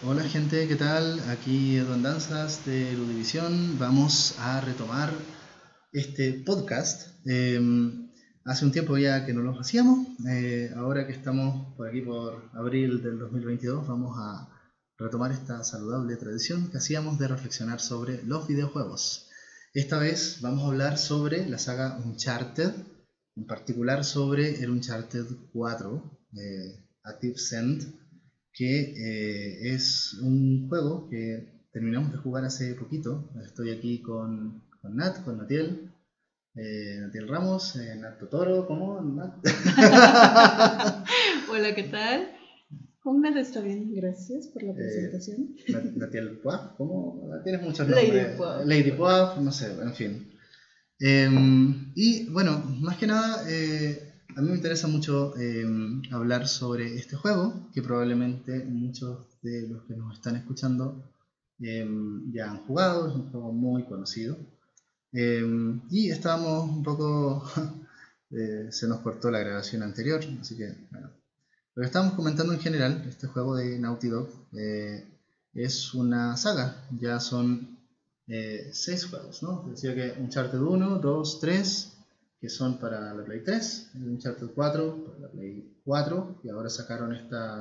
Hola gente, ¿qué tal? Aquí Don Danzas de Ludivisión. Vamos a retomar este podcast. Hace un tiempo ya que no lo hacíamos. Ahora que estamos por aquí por abril del 2022, vamos a retomar esta saludable tradición que hacíamos de reflexionar sobre los videojuegos. Esta vez vamos a hablar sobre la saga Uncharted, en particular sobre el Uncharted 4, Active Scent, que es un juego que terminamos de jugar hace poquito. Estoy aquí con Nat, con Natiel, Natiel Ramos, Nat Totoro, ¿cómo? Nat. Hola, ¿qué tal? Conrad está bien, gracias por la presentación. Natiel Puaf, ¿cómo? Tienes muchos Lady nombres. Puff. Lady Puaf, no sé, en fin. Y bueno, más que nada, a mí me interesa mucho hablar sobre este juego, que probablemente muchos de los que nos están escuchando ya han jugado. Es un juego muy conocido. Y estábamos un poco, se nos cortó la grabación anterior, así que bueno. Lo que estábamos comentando en general, este juego de Naughty Dog es una saga. Ya son 6 juegos, ¿no? Decía que Uncharted 1, 2, 3, que son para la Play 3, el Uncharted 4 para la Play 4, y ahora sacaron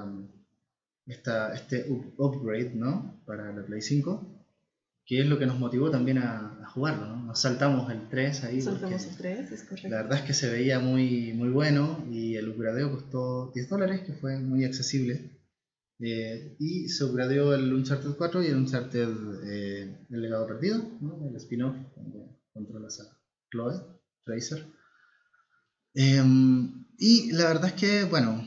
este upgrade, ¿no? Para la Play 5, que es lo que nos motivó también a jugarlo, ¿no? Nos saltamos el 3 ahí porque Saltamos el 3, es la correcto. verdad es que se veía muy, muy bueno y el upgradeo costó $10, que fue muy accesible. Y se upgradeó el Uncharted 4 y el Uncharted El Legado Perdido, ¿no? El spin-off donde controlas a Chloe, Tracer. Y la verdad es que, bueno,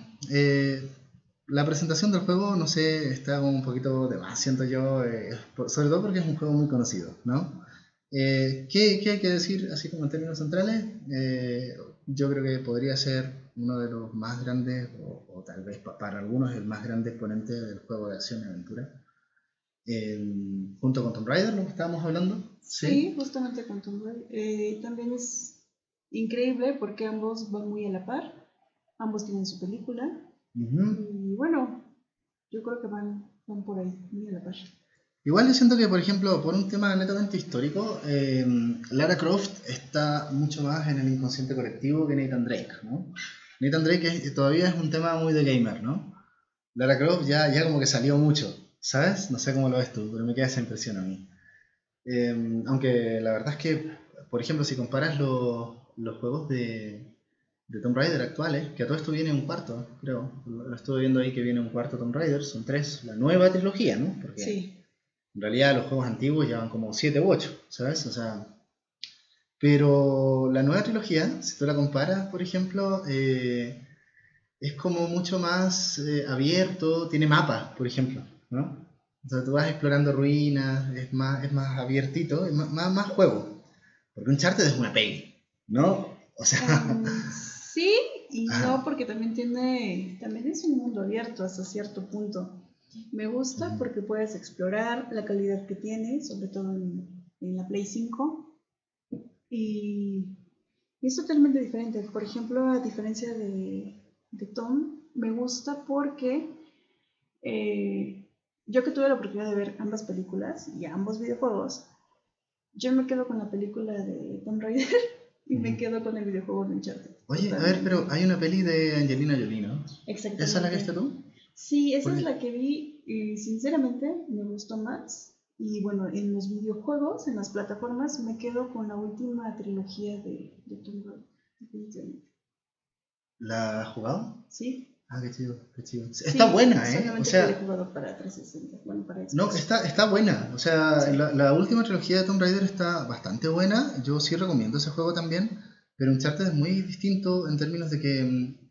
la presentación del juego, no sé, está como un poquito de más, siento yo, sobre todo porque es un juego muy conocido, ¿no? ¿Qué hay que decir, así como en términos centrales? Yo creo que podría ser uno de los más grandes, o tal vez para algunos el más grande exponente del juego de acción y aventura. Junto con Tomb Raider, lo que estábamos hablando, Sí, ¿sí? justamente con Tomb Raider. También es increíble porque ambos van muy a la par, ambos tienen su película Ujú. y bueno, yo creo que van por ahí, muy a la par. Igual yo siento que, por ejemplo, por un tema netamente histórico, Lara Croft está mucho más en el inconsciente colectivo que Nathan Drake, ¿no? Nathan Drake todavía es un tema muy de gamer, ¿no? Lara Croft ya como que salió mucho, ¿sabes? No sé cómo lo ves tú, pero me queda esa impresión a mí. Aunque la verdad es que, por ejemplo, si comparas los juegos de Tomb Raider actuales, que a todo esto viene un cuarto, creo, lo estuve viendo ahí que viene un cuarto Tomb Raider, son 3, la nueva trilogía, ¿no? Porque Sí. en realidad los juegos antiguos llevan como 7 u 8, ¿sabes? O sea, pero la nueva trilogía, si tú la comparas, por ejemplo, es como mucho más abierto, tiene mapas, por ejemplo, ¿no? O sea, tú vas explorando ruinas, es más abiertito, es más juego. Porque Uncharted es una peli, ¿no? O sea, Sí y no, ajá. porque también es un mundo abierto hasta cierto punto. Me gusta Ujú. porque puedes explorar la calidad que tiene, sobre todo en la Play 5, y es totalmente diferente. Por ejemplo, a diferencia de Tom, me gusta porque eh, yo que tuve la oportunidad de ver ambas películas y ambos videojuegos, yo me quedo con la película de Tomb Raider y me Ujú. quedo con el videojuego de Uncharted, Oye, a ver, totalmente. pero hay una peli de Angelina Jolie, ¿no? ¿Esa es la que viste Exactamente. tú? Sí, esa es Porque la que vi y sinceramente me gustó más. Y bueno, en los videojuegos, en las plataformas, me quedo con la última trilogía de Tomb Raider, definitivamente. ¿la has jugado? Sí, Ah, qué chido, qué chido. Está sí, buena, ¿eh? O solamente que la he sea, jugado para 360, bueno, para no, Xbox. está buena. O sea, Sí. la última trilogía de Tomb Raider está bastante buena. Yo sí recomiendo ese juego también. Pero Uncharted es muy distinto en términos de que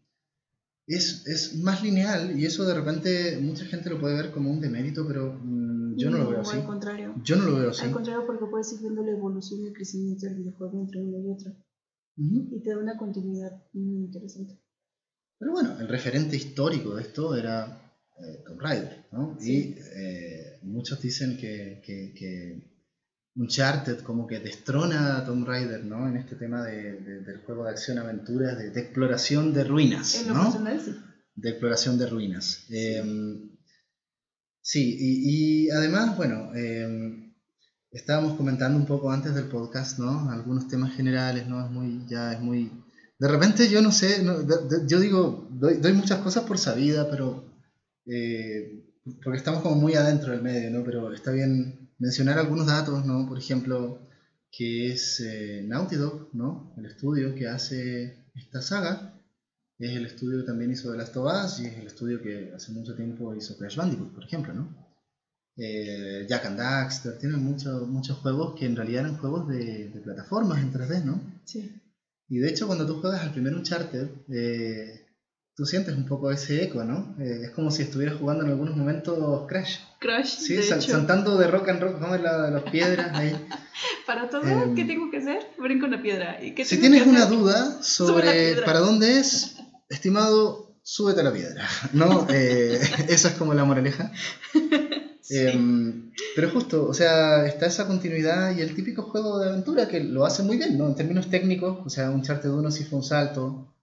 es más lineal y eso de repente mucha gente lo puede ver como un demérito, pero yo no lo veo No, al así. contrario. Yo no lo veo Al así. contrario, porque puedes ir viendo la evolución y el crecimiento del videojuego entre uno y otro. Ujú. Y te da una continuidad muy interesante. Pero bueno, el referente histórico de esto era Tomb Raider, ¿no? Y Sí. muchos dicen que Uncharted como que destrona a Tomb Raider, ¿no? En este tema del juego de acción-aventura, de exploración de ruinas, En lo ¿no? personal, sí. De exploración de ruinas. Sí. Sí, y además, bueno, estábamos comentando un poco antes del podcast, ¿no? Algunos temas generales, ¿no? Ya es muy... De repente yo no sé, yo digo, doy muchas cosas por sabida, pero... porque estamos como muy adentro del medio, ¿no? Pero está bien mencionar algunos datos, ¿no? Por ejemplo, que es Naughty Dog, ¿no? El estudio que hace esta saga. Es el estudio que también hizo The Last of Us y es el estudio que hace mucho tiempo hizo Crash Bandicoot, por ejemplo, ¿no? Jack and Daxter, tienen muchos juegos que en realidad eran juegos de plataformas en 3D, ¿no? Sí. Y de hecho cuando tú juegas al primer Uncharted, tú sientes un poco ese eco, ¿no? Es como si estuvieras jugando en algunos momentos Crash. Crash, Sí, de hecho. saltando de rock and rock, ¿no? Las piedras ahí. Para todo, ¿qué tengo que hacer? Brinco una piedra. ¿Y qué Si tengo que tienes una hacer? duda Sube la sobre piedra. para dónde es, estimado, súbete a la piedra, ¿no? Esa es como la moraleja. Sí. Pero justo, o sea, está esa continuidad y el típico juego de aventura que lo hace muy bien, ¿no? En términos técnicos, o sea, Uncharted 1 sí fue un salto,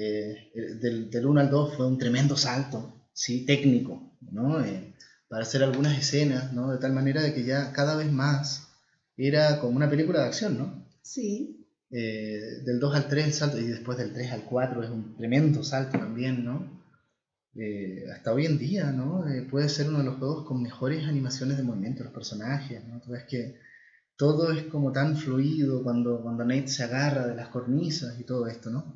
del 1 al 2 fue un tremendo salto, sí, técnico, ¿no? Para hacer algunas escenas, ¿no? De tal manera de que ya cada vez más era como una película de acción, ¿no? Sí. Del 2 al 3 el salto, y después del 3 al 4 es un tremendo salto también, ¿no? Hasta hoy en día, ¿no? Puede ser uno de los juegos con mejores animaciones de movimiento de los personajes, ¿no? Tú ves que todo es como tan fluido cuando Nate se agarra de las cornisas y todo esto, ¿no?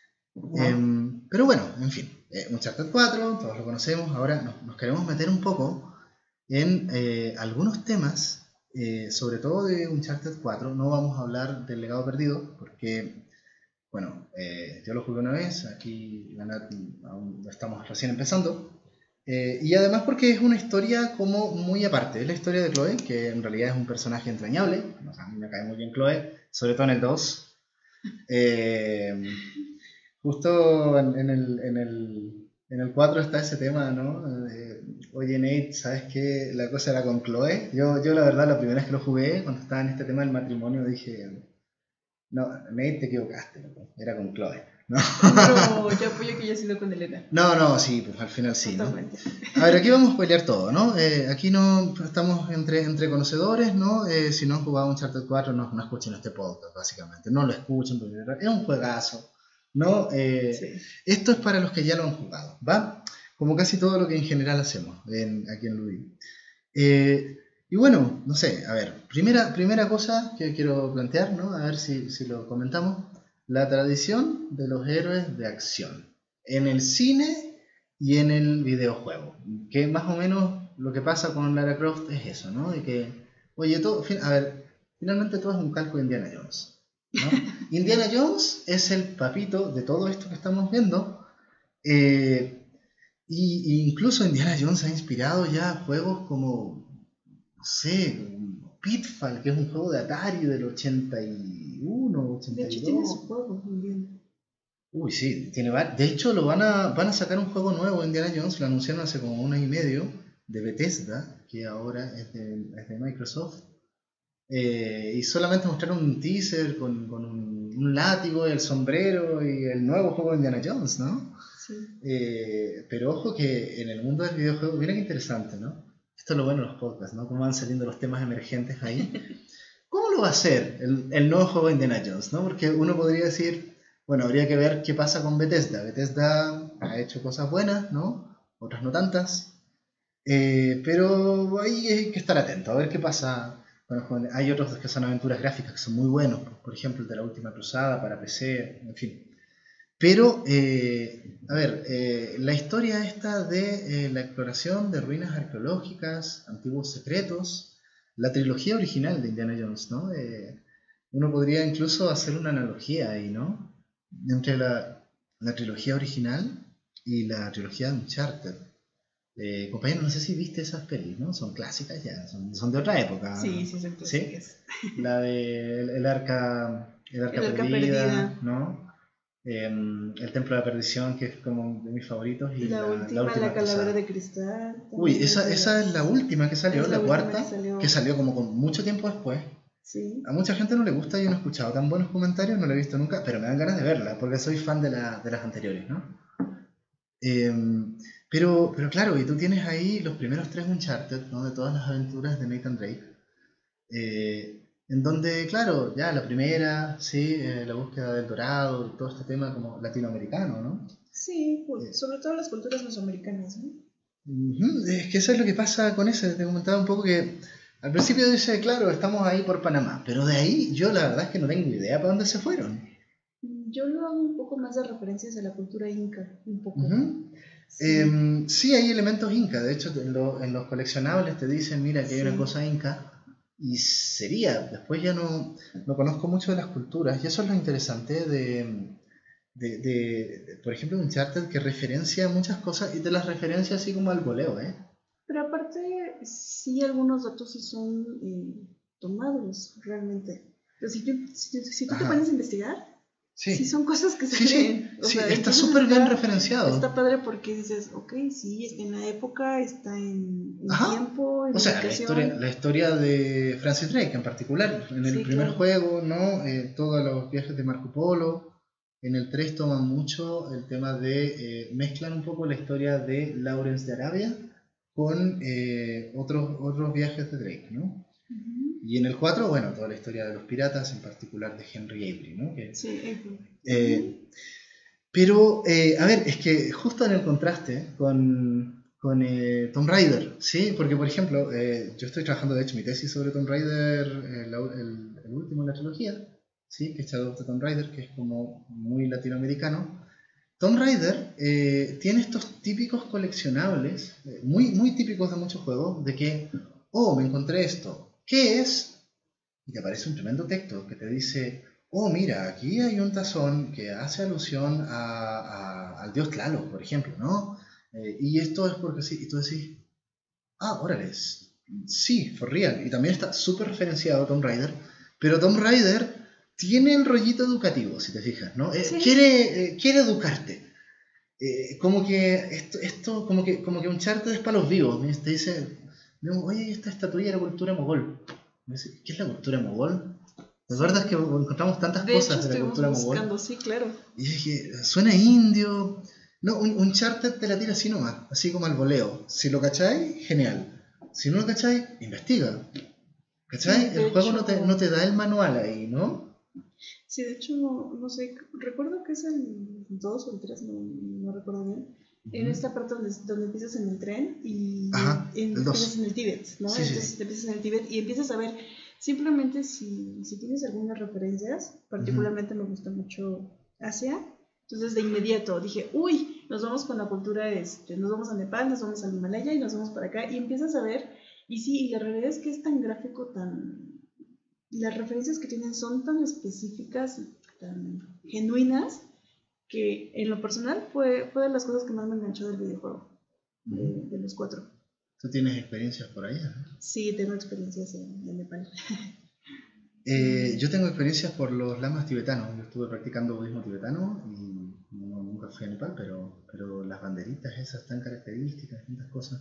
Pero bueno, en fin, Uncharted 4, todos lo conocemos, ahora nos queremos meter un poco en algunos temas, sobre todo de Uncharted 4, no vamos a hablar del legado perdido, porque bueno, yo lo jugué una vez, aquí la Nat aún estamos recién empezando. Y además porque es una historia como muy aparte. Es la historia de Chloe, que en realidad es un personaje entrañable. O sea, a mí me cae muy bien Chloe, sobre todo en el 2. Eh, Justo en el 4 está ese tema, ¿no? Oye Nate, ¿sabes qué? La cosa era con Chloe. Yo la verdad la primera vez que lo jugué, cuando estaba en este tema del matrimonio, dije, no, Nate, te equivocaste, loco. Era con Chloe, ¿no? No, yo apoyo que haya sido con Elena. No, sí, pues al final sí, ¿no? Totalmente. A ver, aquí vamos a pelear todo, ¿no? Aquí no estamos entre conocedores, ¿no? Si no han jugado Uncharted 4, no escuchen este podcast, básicamente. No lo escuchen, porque es un juegazo, ¿no? Sí. Esto es para los que ya lo han jugado, ¿va? Como casi todo lo que en general hacemos aquí en Ludin. Y bueno, no sé, a ver, primera cosa que quiero plantear, ¿no? A ver si lo comentamos. La tradición de los héroes de acción en el cine y en el videojuego. Que más o menos lo que pasa con Lara Croft es eso, ¿no? De que, oye, a ver, finalmente todo es un calco de Indiana Jones, ¿no? Indiana Jones es el papito de todo esto que estamos viendo. Y incluso Indiana Jones ha inspirado ya juegos como, no sé, Pitfall, que es un juego de Atari del 81, De hecho, tiene su 82. juego también. Uy, sí, de hecho van a sacar un juego nuevo de Indiana Jones, lo anunciaron hace como un año y medio, de Bethesda, que ahora es de Microsoft. Y solamente mostraron un teaser con un látigo, el sombrero y el nuevo juego de Indiana Jones, ¿no? Sí. Pero ojo que en el mundo del videojuego, mira qué interesante, ¿no? Esto es lo bueno de los podcasts, ¿no? Cómo van saliendo los temas emergentes ahí. ¿Cómo lo va a hacer el nuevo juego de Indiana Jones, ¿no? Porque uno podría decir, bueno, habría que ver qué pasa con Bethesda. Bethesda ha hecho cosas buenas, ¿no? Otras no tantas. Pero ahí hay que estar atento, a ver qué pasa con los jóvenes. Hay otros que son aventuras gráficas que son muy buenos, por ejemplo el de la Última Cruzada para PC, en fin. Pero, a ver, la historia esta de la exploración de ruinas arqueológicas, antiguos secretos, la trilogía original de Indiana Jones, ¿no? Uno podría incluso hacer una analogía ahí, ¿no? Entre la trilogía original y la trilogía de Uncharted. Compañero, no sé si viste esas pelis, ¿no? Son clásicas ya, son de otra época, Sí, sí, son ¿sí? clásicas. La de el arca El arca perdida, perdida. ¿no? El Templo de la Perdición, que es como de mis favoritos, y La la última, la Última calavera Cruzada. de cristal, Uy, también es de esa es la las... última que salió, Es la la última cuarta, que salió. salió como con mucho tiempo después. A Sí. mucha gente no le gusta, yo no he escuchado tan buenos comentarios, no la he visto nunca, pero me dan ganas de verla, porque soy fan de las anteriores, ¿no? Eh, Pero claro, y tú tienes ahí los primeros 3 Uncharted, ¿no? De todas las aventuras de Nathan Drake. En donde, claro, ya la primera, sí, la búsqueda del dorado, todo este tema como latinoamericano, ¿no? Sí, pues, sobre todo las culturas mesoamericanas, ¿no? Es que eso es lo que pasa con ese. Te comentaba un poco que al principio dice, claro, estamos ahí por Panamá, pero de ahí yo la verdad es que no tengo idea para dónde se fueron. Yo lo hago un poco más de referencias a la cultura inca, un poco. Sí. Sí. Sí, hay elementos inca. De hecho, en los coleccionables te dicen, mira, que hay una Sí. cosa inca. Y sería, después ya no conozco mucho de las culturas. Y eso es lo interesante por ejemplo, Uncharted, que referencia muchas cosas y te las referencia así como al voleo, ¿eh? Pero aparte, sí, algunos datos sí son tomados realmente. Pero si tú te pones a Ajá. investigar, sí Sí. son cosas que Sí, salen. sí, O sí, sea, está entonces súper bien referenciado. está padre porque dices, ok, sí, está en la época, está en Ajá. tiempo, en O sea, ubicación. la historia de Francis Drake en particular. En el Sí, primer claro. juego, ¿no? Todos los viajes de Marco Polo. En el 3 toman mucho el tema de mezclan un poco la historia de Lawrence de Arabia con otros viajes de Drake, ¿no? Y en el 4, bueno, toda la historia de los piratas, en particular de Henry Avery, ¿no? Sí, Pero, a ver, es que justo en el contraste con Tomb Raider, ¿sí? Porque, por ejemplo, yo estoy trabajando, de hecho, mi tesis sobre Tomb Raider, el último en la trilogía, ¿sí? Que es Shadow of the Tomb Raider, que es como muy latinoamericano. Tomb Raider tiene estos típicos coleccionables, muy típicos de muchos juegos, de que, oh, me encontré esto, ¿qué es? Y te aparece un tremendo texto que te dice, oh, mira, aquí hay un tazón que hace alusión al dios Tlaloc, por ejemplo, ¿no? Y esto es porque sí, y tú decís, ah, órale, sí, for real. Y también está súper referenciado Tomb Raider, pero Tomb Raider tiene el rollito educativo, si te fijas, ¿no? sí. Quiere educarte. Como que esto como que Uncharted es para los vivos. Te dice, no, oye, esta estatuilla de la cultura mogol. Me dice, ¿qué es la cultura mogol? ¿Te acuerdas que encontramos tantas De hecho, cosas de la estuvimos cultura mogol? buscando, sí, claro. Y dije, suena indio. No, Uncharted te la tira así nomás, así como al voleo. Si lo cacháis, genial. Si no lo cacháis, investiga. Sí, ¿Cachai? El de juego hecho, no te da el manual ahí, ¿no? sí, de hecho, no sé, recuerdo que es el 2 o el 3, no recuerdo bien. En esta parte donde empiezas en el tren y Ajá, el empiezas 2. en el Tíbet, ¿no? Sí, sí, Entonces sí. te empiezas en el Tíbet y empiezas a ver, simplemente si tienes algunas referencias, particularmente me gusta mucho Asia, entonces de inmediato dije, uy, nos vamos con la cultura, nos vamos a Nepal, nos vamos al Himalaya y nos vamos para acá y empiezas a ver, y sí, y la realidad es que es tan gráfico, las referencias que tienen son tan específicas y tan genuinas que en lo personal fue de las cosas que más me enganchó del videojuego, de los 4. ¿Tú tienes experiencias por ahí? Sí, tengo experiencias en Nepal. Yo tengo experiencias por los lamas tibetanos. Yo estuve practicando budismo tibetano y nunca fui a Nepal, pero las banderitas esas tan características, tantas cosas.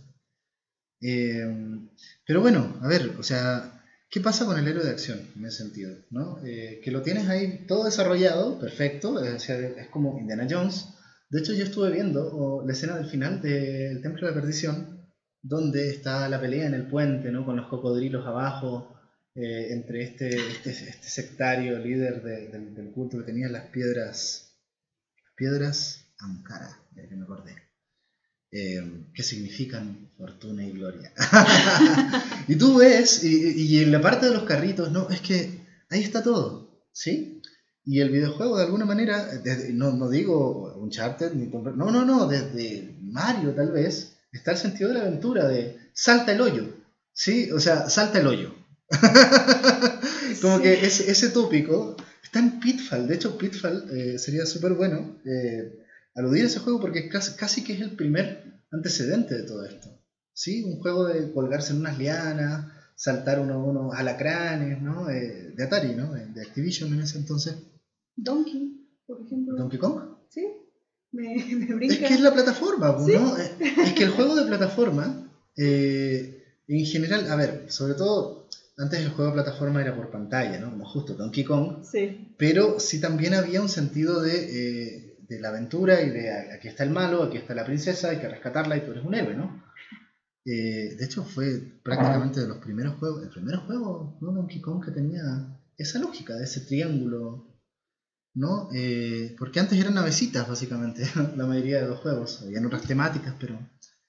Pero bueno, a ver, o sea, ¿qué pasa con el héroe de acción en ese sentido? ¿No? Que lo tienes ahí todo desarrollado, perfecto, o sea, es como Indiana Jones. De hecho, yo estuve viendo la escena del final del Templo de la Perdición, donde está la pelea en el puente, ¿no? Con los cocodrilos abajo, entre este sectario líder del culto que tenía las piedras Ankara, ya que me acordé. Que significan fortuna y gloria. Y tú ves, y en la parte de los carritos, no, es que ahí está todo, ¿sí? Y el videojuego de alguna manera, no digo Uncharted, ni no, desde Mario tal vez, está el sentido de la aventura, de salta el hoyo, ¿sí? O sea, salta el hoyo. Como Sí. que ese tópico está en Pitfall, de hecho Pitfall sería súper bueno aludir a ese juego porque casi que es el primer antecedente de todo esto. ¿Sí? Un juego de colgarse en unas lianas, saltar unos alacranes, ¿no? De Atari, ¿no? De Activision en ese entonces. Donkey, por ejemplo. ¿Donkey Kong? Sí, me Es brinca. que es la plataforma, Sí. ¿no? Es que el juego de plataforma, en general, a ver, sobre todo, antes el juego de plataforma era por pantalla, ¿no? Como justo Donkey Kong, Sí. pero sí también había un sentido de la aventura y de aquí está el malo, aquí está la princesa, hay que rescatarla y tú eres un héroe, ¿no? De hecho fue prácticamente de los primeros juegos, el primer juego, ¿no? Donkey Kong, que tenía esa lógica de ese triángulo, ¿no? Porque antes eran navecitas básicamente, la mayoría de los juegos, habían otras temáticas, pero...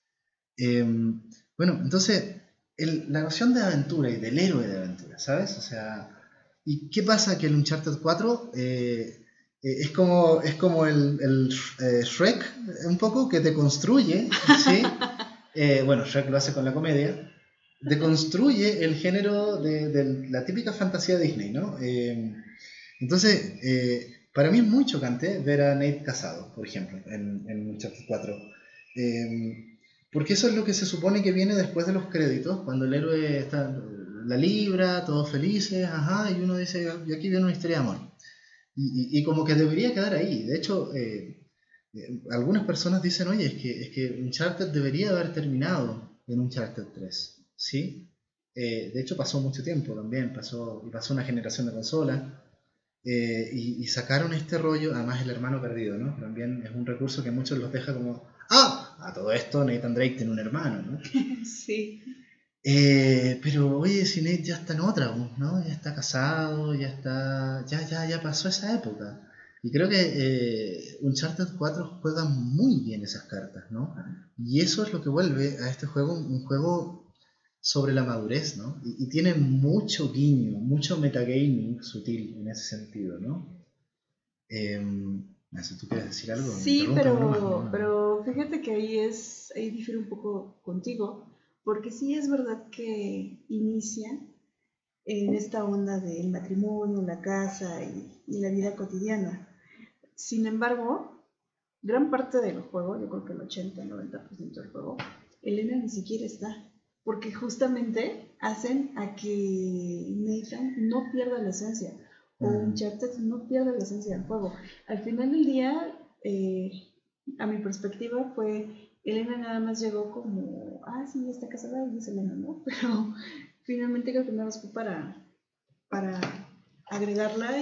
bueno, entonces, la noción de aventura y del héroe de aventura, ¿sabes? O sea, ¿y qué pasa? Que el Uncharted 4 es como el Shrek, un poco, que te construye, ¿sí? Bueno, Shrek lo hace con la comedia, deconstruye el género de la típica fantasía Disney, ¿no? Entonces, para mí es muy chocante ver a Nate casado, por ejemplo, en Uncharted 4. Porque eso es lo que se supone que viene después de los créditos, cuando el héroe está la libra, todos felices, ajá, y uno dice, y aquí viene una historia de amor. Y como que debería quedar ahí. De hecho, algunas personas dicen, oye, es que Uncharted debería haber terminado en Uncharted 3, ¿sí? De hecho pasó mucho tiempo también, pasó una generación de consolas, y sacaron este rollo, además el hermano perdido, ¿no? También es un recurso que muchos los deja como, a todo esto Nathan Drake tiene un hermano, ¿no? Sí. Pero oye, si Nate ya está en otra, ¿no? Ya está casado, ya pasó esa época. Y creo que Uncharted 4 juega muy bien esas cartas, ¿no? Y eso es lo que vuelve a este juego un juego sobre la madurez, ¿no? Y tiene mucho guiño, mucho metagaming sutil en ese sentido, ¿no? Si tú quieres decir algo, Sí, interrúmpeme nomás, ¿no? pero fíjate que ahí difiere un poco contigo, porque sí es verdad que inicia en esta onda del matrimonio, la casa y la vida cotidiana. Sin embargo, gran parte del juego, yo creo que el 80-90% del juego, Elena ni siquiera está, porque justamente hacen a que Nathan no pierda la esencia, o Uncharted no pierda la esencia del juego. Al final del día, a mi perspectiva fue, Elena nada más llegó como, sí, está casada y es Elena, ¿no? Pero finalmente creo que nada más fue para agregarla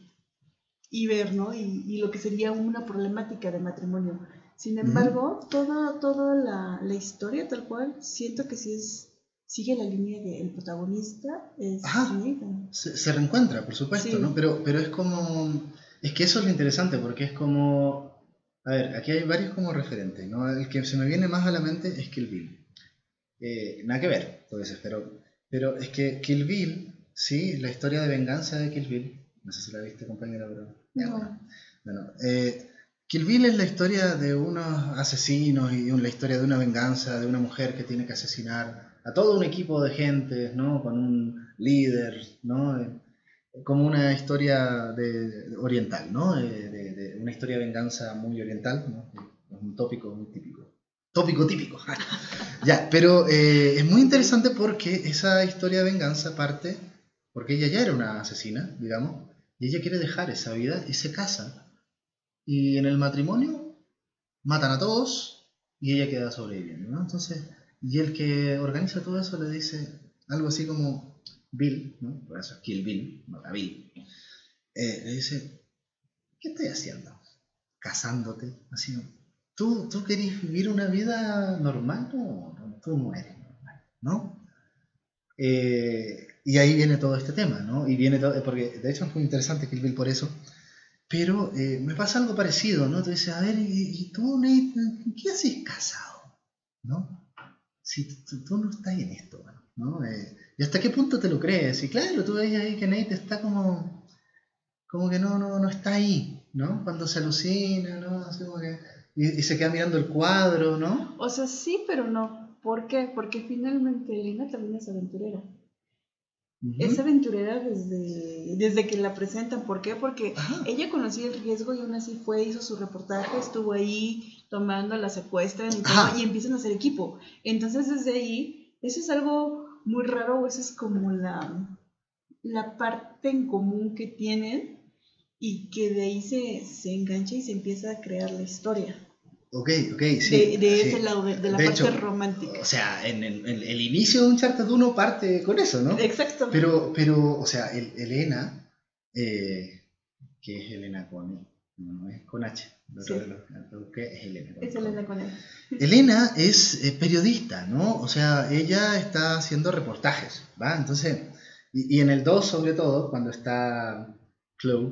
y ver, ¿no? Y lo que sería una problemática de matrimonio. Sin embargo, toda la historia tal cual, siento que sigue la línea de el protagonista es Nathan. Se reencuentra, por supuesto, Sí. ¿no? Pero es como... Es que eso es lo interesante, porque es como... A ver, aquí hay varios como referentes, ¿no? El que se me viene más a la mente es Kill Bill. Nada que ver, tú dices, pero es que Kill Bill, sí, la historia de venganza de Kill Bill, no sé si la viste, compañera, pero... No. Bueno, Kill Bill es la historia de unos asesinos y la historia de una venganza de una mujer que tiene que asesinar a todo un equipo de gente, ¿no? Con un líder, ¿no? Como una historia oriental, ¿no? De una historia de venganza muy oriental, ¿no? Es un tópico muy típico. Tópico típico. Ya, pero es muy interesante porque esa historia de venganza parte porque ella ya era una asesina, digamos, y ella quiere dejar esa vida y se casa. Y en el matrimonio matan a todos y ella queda sobreviviendo, ¿no? Entonces, y el que organiza todo eso le dice algo así como Bill, ¿no? Por eso es Kill Bill, mata a Bill. Le dice, ¿qué estás haciendo? Casándote, así. ¿Tú querés vivir una vida normal? No, tú no eres normal, ¿no? Y ahí viene todo este tema, ¿no? Y viene todo, porque de hecho es muy interesante Kill Bill por eso. Pero me pasa algo parecido, ¿no? Tú dices, a ver, ¿y tú, Nate, qué haces casado? ¿No? Si tú no estás en esto, ¿no? ¿Y hasta qué punto te lo crees? Y claro, tú ves ahí que Nate está como que no está ahí, ¿no? Cuando se alucina, ¿no? Así como que, y se queda mirando el cuadro, ¿no? O sea, sí, pero no. ¿Por qué? Porque finalmente Elena también es aventurera. Es aventurera desde que la presentan. ¿Por qué? Porque ella conocía el riesgo y aún así fue, hizo su reportaje, estuvo ahí tomando, la secuestran y todo, y empiezan a hacer equipo. Entonces desde ahí, eso es algo muy raro, eso es como la parte en común que tienen y que de ahí se engancha y se empieza a crear la historia. Ok, sí. De ese lado, de la parte romántica. O sea, en el inicio de Uncharted 1 parte con eso, ¿no? Exacto. Pero o sea, Elena, que es Elena con, no es con H, Sí. Lo busqué, es Elena. Es Elena con él. Elena es periodista, ¿no? O sea, ella está haciendo reportajes, ¿va? Entonces, y en el 2 sobre todo, cuando está Chloe,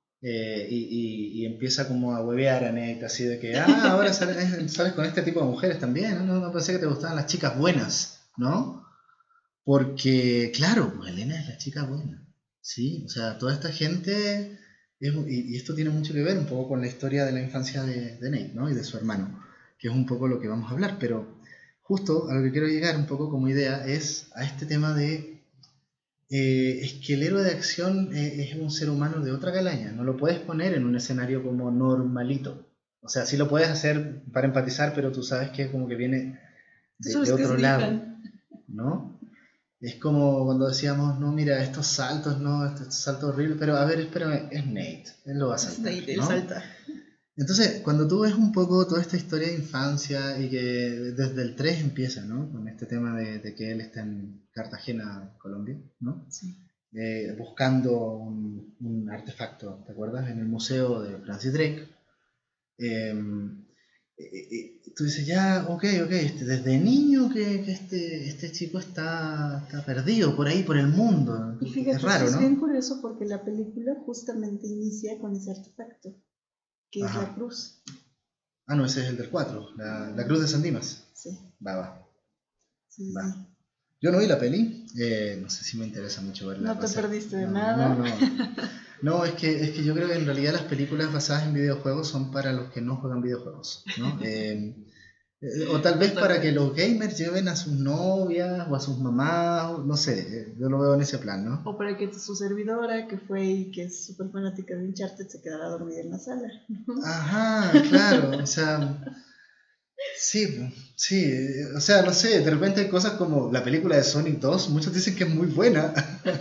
y empieza como a huevear a Nate, así de que, ahora sales con este tipo de mujeres también, ¿no? No pensé que te gustaban las chicas buenas, ¿no? Porque, claro, pues Elena es la chica buena, ¿sí? O sea, toda esta gente, y esto tiene mucho que ver un poco con la historia de la infancia de Nate, ¿no? Y de su hermano, que es un poco lo que vamos a hablar, pero justo a lo que quiero llegar un poco como idea es a este tema de, es que el héroe de acción es un ser humano de otra calaña, no lo puedes poner en un escenario como normalito. O sea, sí lo puedes hacer para empatizar, pero tú sabes que como que viene Tú sabes de que es otro lado, Ethan. ¿no? Es como cuando decíamos, no, mira, estos saltos, no, estos saltos horribles, pero a ver, espérame, es Nate, él lo va a Es saltar, Nate, él ¿no? salta. Entonces, cuando tú ves un poco toda esta historia de infancia y que desde el 3 empieza, ¿no? Con este tema de que él está en Cartagena, Colombia, ¿no? Sí. Buscando un artefacto, ¿te acuerdas? En el museo de Francis Drake. Eh, Tú dices, ya, ok, desde niño que este chico está perdido por ahí, por el mundo. Y Es fíjate, eso raro, es bien ¿no? curioso porque la película justamente inicia con ese artefacto, que es la Ajá. cruz. Ah, no, ese es el del 4, la Cruz de San Dimas. Sí, Va. sí, Va. sí. Yo no vi la peli, no sé si me interesa mucho verla. No Va a te ser... perdiste de No, nada. no, no. No, es que yo creo que en realidad las películas basadas en videojuegos son para los que no juegan videojuegos, ¿no? O tal vez para que Totalmente. los gamers lleven a sus novias o a sus mamás, no sé, yo lo veo en ese plan, ¿no? O para que su servidora, que fue y que es súper fanática de Uncharted, se quedara dormida en la sala. Ajá, claro, o sea, sí, o sea, no sé, de repente hay cosas como la película de Sonic 2, muchos dicen que es muy buena,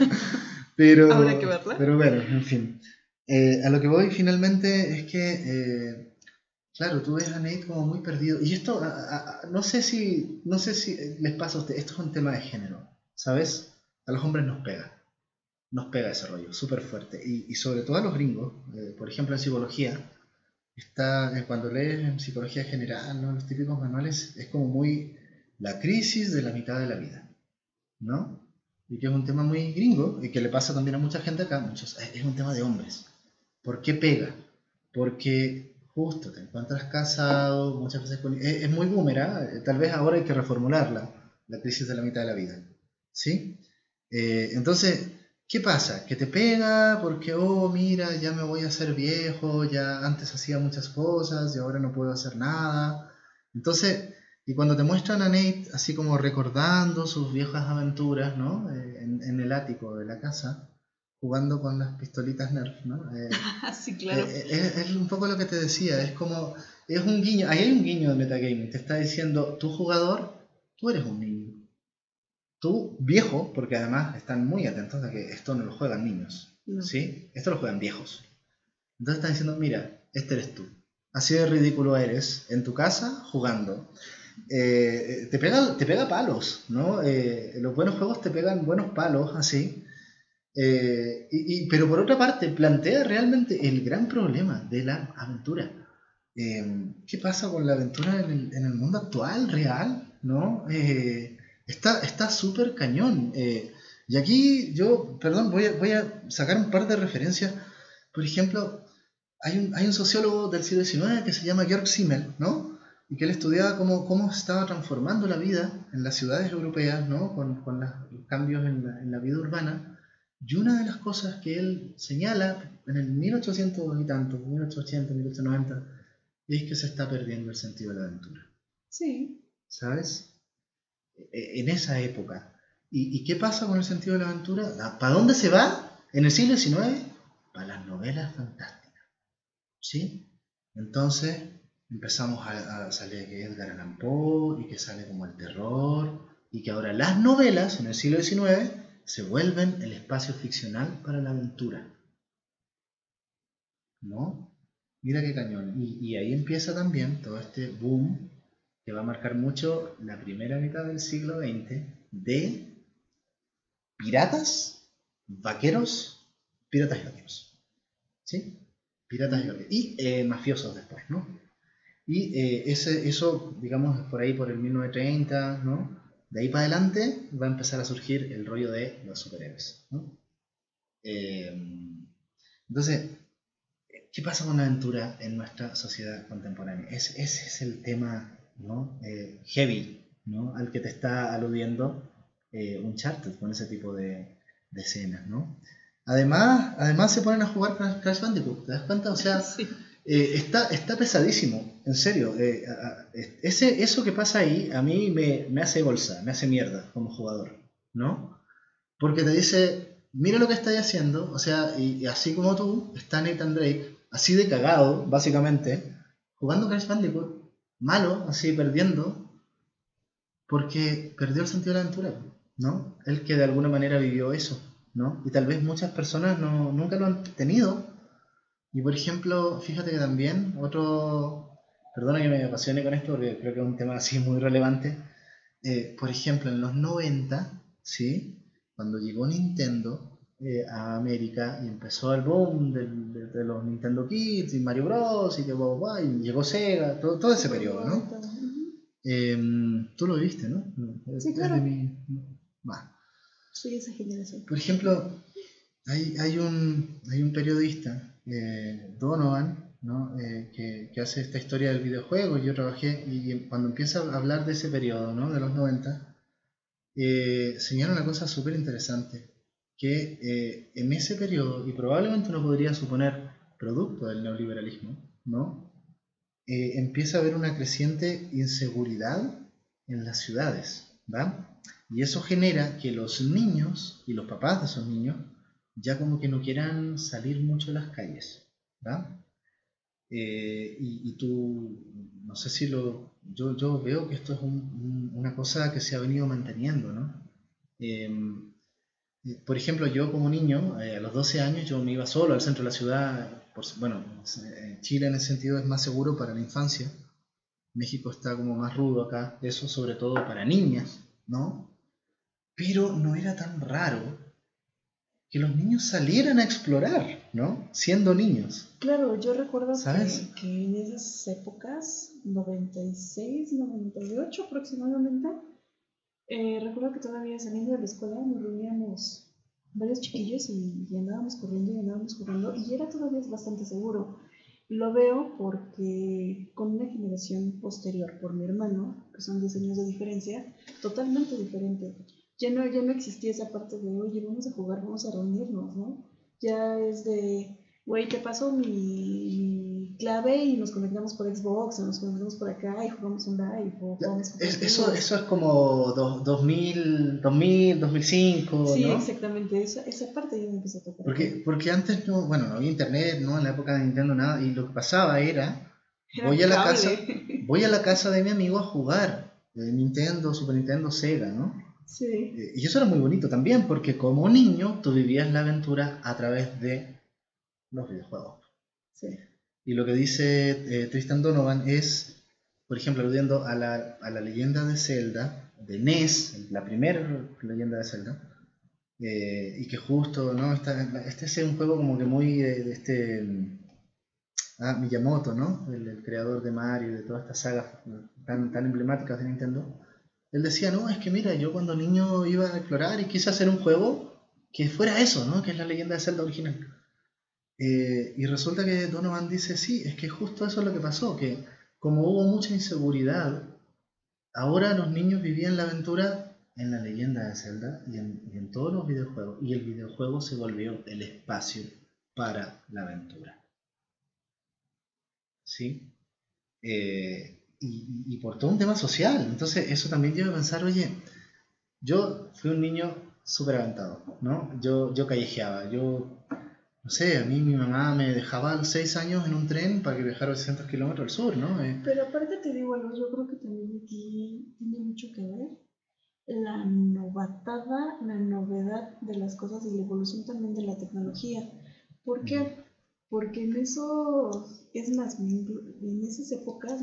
Habrá que pero, verla. pero bueno, en fin. A lo que voy finalmente es que, claro, tú ves a Nate como muy perdido. Y esto, no sé si les pasa a ustedes, esto es un tema de género, ¿sabes? A los hombres nos pega ese rollo, súper fuerte. Y sobre todo a los gringos, por ejemplo en psicología, cuando lees en psicología general, ¿no? Los típicos manuales, es como muy la crisis de la mitad de la vida, ¿no? Y que es un tema muy gringo y que le pasa también a mucha gente acá, es un tema de hombres. ¿Por qué pega? Porque justo te encuentras casado, muchas veces es muy boomerang, tal vez ahora hay que reformularla, la crisis de la mitad de la vida, ¿sí? Entonces, ¿qué pasa? Que te pega porque, oh, mira, ya me voy a hacer viejo, ya antes hacía muchas cosas y ahora no puedo hacer nada. Entonces, y cuando te muestran a Nate así como recordando sus viejas aventuras, ¿no? En el ático de la casa, jugando con las pistolitas Nerf, ¿no? Sí, claro. Es un poco lo que te decía, es como, es un guiño, ahí hay un guiño de metagaming, te está diciendo, tu jugador, tú eres un niño. Tú, viejo, porque además están muy atentos a que esto no lo juegan niños, No. ¿sí? Esto lo juegan viejos. Entonces están diciendo, mira, este eres tú. Así de ridículo eres en tu casa jugando. Te pega palos, ¿no? Los buenos juegos te pegan buenos palos, así. Pero por otra parte, plantea realmente el gran problema de la aventura. ¿Qué pasa con la aventura en el mundo actual, real? ¿No? Está súper cañón. Y aquí yo, perdón, voy a sacar un par de referencias. Por ejemplo, hay un sociólogo del siglo XIX que se llama Georg Simmel, ¿no? Y que él estudiaba cómo se estaba transformando la vida en las ciudades europeas, ¿no? Con los cambios en la vida urbana. Y una de las cosas que él señala en el 1800 y tanto, 1880, 1890, es que se está perdiendo el sentido de la aventura, Sí. ¿sabes? En esa época. ¿Y qué pasa con el sentido de la aventura? ¿Para dónde se va en el siglo XIX? Para las novelas fantásticas, ¿sí? Entonces empezamos a salir que Edgar Allan Poe y que sale como el terror y que ahora las novelas en el siglo XIX se vuelven el espacio ficcional para la aventura, ¿no? Mira qué cañón. Y ahí empieza también todo este boom que va a marcar mucho la primera mitad del siglo XX de piratas, vaqueros, piratas y vaqueros. ¿Sí? Piratas del Caribe. Y mafiosos después, ¿no? Y eso, digamos, por ahí, por el 1930, ¿no? De ahí para adelante va a empezar a surgir el rollo de los superhéroes, ¿no? Entonces, ¿qué pasa con la aventura en nuestra sociedad contemporánea? Ese es el tema, ¿no? Heavy, ¿no? Al que te está aludiendo Uncharted con ese tipo de escenas, ¿no? Además se ponen a jugar Crash Bandicoot, ¿te das cuenta? O sea, Sí. está pesadísimo, en serio. Eso que pasa ahí a mí me hace bolsa, me hace mierda como jugador, ¿no? Porque te dice, mira lo que estáis haciendo, o sea, y así como tú, está Nathan Drake, así de cagado, básicamente, jugando Crash Bandicoot, malo, así perdiendo, porque perdió el sentido de la aventura, ¿no? Él que de alguna manera vivió eso, ¿no? Y tal vez muchas personas nunca lo han tenido. Y por ejemplo, fíjate que también perdona que me apasione con esto porque creo que es un tema así muy relevante. Por ejemplo, en los 90, ¿sí? Cuando llegó Nintendo a América y empezó el boom de los Nintendo Kids y Mario Bros. Y, y llegó Sega, todo ese periodo, ¿no? Tú lo viste, ¿no? Sí, claro. Va. Soy esa generación. Por ejemplo, hay un periodista, Donovan, ¿no? Que hace esta historia del videojuego. Yo trabajé y cuando empieza a hablar de ese periodo, ¿no? De los 90, señala una cosa súper interesante, que en ese periodo, y probablemente uno podría suponer producto del neoliberalismo, ¿no? Empieza a haber una creciente inseguridad en las ciudades, ¿va? Y eso genera que los niños y los papás de esos niños ya como que no quieran salir mucho a las calles, ¿va? Y tú, no sé si yo veo que esto es una cosa que se ha venido manteniendo, ¿no? Eh, por ejemplo, yo como niño, a los 12 años, yo me iba solo al centro de la ciudad. Bueno, Chile en ese sentido es más seguro para la infancia. México está como más rudo acá, eso sobre todo para niñas, ¿no? Pero no era tan raro que los niños salieran a explorar, ¿no? Siendo niños. Claro, yo recuerdo ¿Sabes? que en esas épocas, 96, 98 aproximadamente, recuerdo que todavía saliendo de la escuela nos reuníamos varios chiquillos y andábamos corriendo y era todavía bastante seguro. Lo veo porque con una generación posterior por mi hermano, que son 10 años de diferencia, totalmente diferente. Ya no existía esa parte de, oye, vamos a jugar, vamos a reunirnos, ¿no? Ya es de, güey, te paso mi clave y nos conectamos por Xbox o nos conectamos por acá y jugamos un live o jugamos Eso es como 2005, Sí, ¿no? exactamente, esa parte ya me empezó a tocar. Porque antes no, bueno, no había internet, ¿no? En la época de Nintendo nada, y lo que pasaba era, Era cable. voy a la casa de mi amigo a jugar Nintendo, Super Nintendo, Sega, ¿no? Sí, Y eso era muy bonito también, porque como niño tú vivías la aventura a través de los videojuegos. sí. Y lo que dice Tristan Donovan es, por ejemplo, aludiendo a la leyenda de Zelda, de NES, la primera leyenda de Zelda, y que justo, ¿no? Este es un juego como que muy de este Miyamoto, ¿no? El creador de Mario y de todas estas sagas tan emblemáticas de Nintendo. Él decía, no, es que mira, yo cuando niño iba a explorar y quise hacer un juego que fuera eso, ¿no? Que es la leyenda de Zelda original. Y resulta que Donovan dice, sí, es que justo eso es lo que pasó, que como hubo mucha inseguridad, ahora los niños vivían la aventura en la leyenda de Zelda y en todos los videojuegos, y el videojuego se volvió el espacio para la aventura, ¿sí? Y por todo un tema social, entonces eso también lleva a pensar, oye, yo fui un niño súper aventado, ¿no? Yo callejeaba, no sé, a mí mi mamá me dejaba a los 6 años en un tren para que viajara 800 kilómetros al sur, ¿no? Pero aparte te digo algo, yo creo que también aquí tiene mucho que ver la novatada, la novedad de las cosas y la evolución también de la tecnología. ¿Por Ujú, qué? Porque en esos, es más, en esas épocas,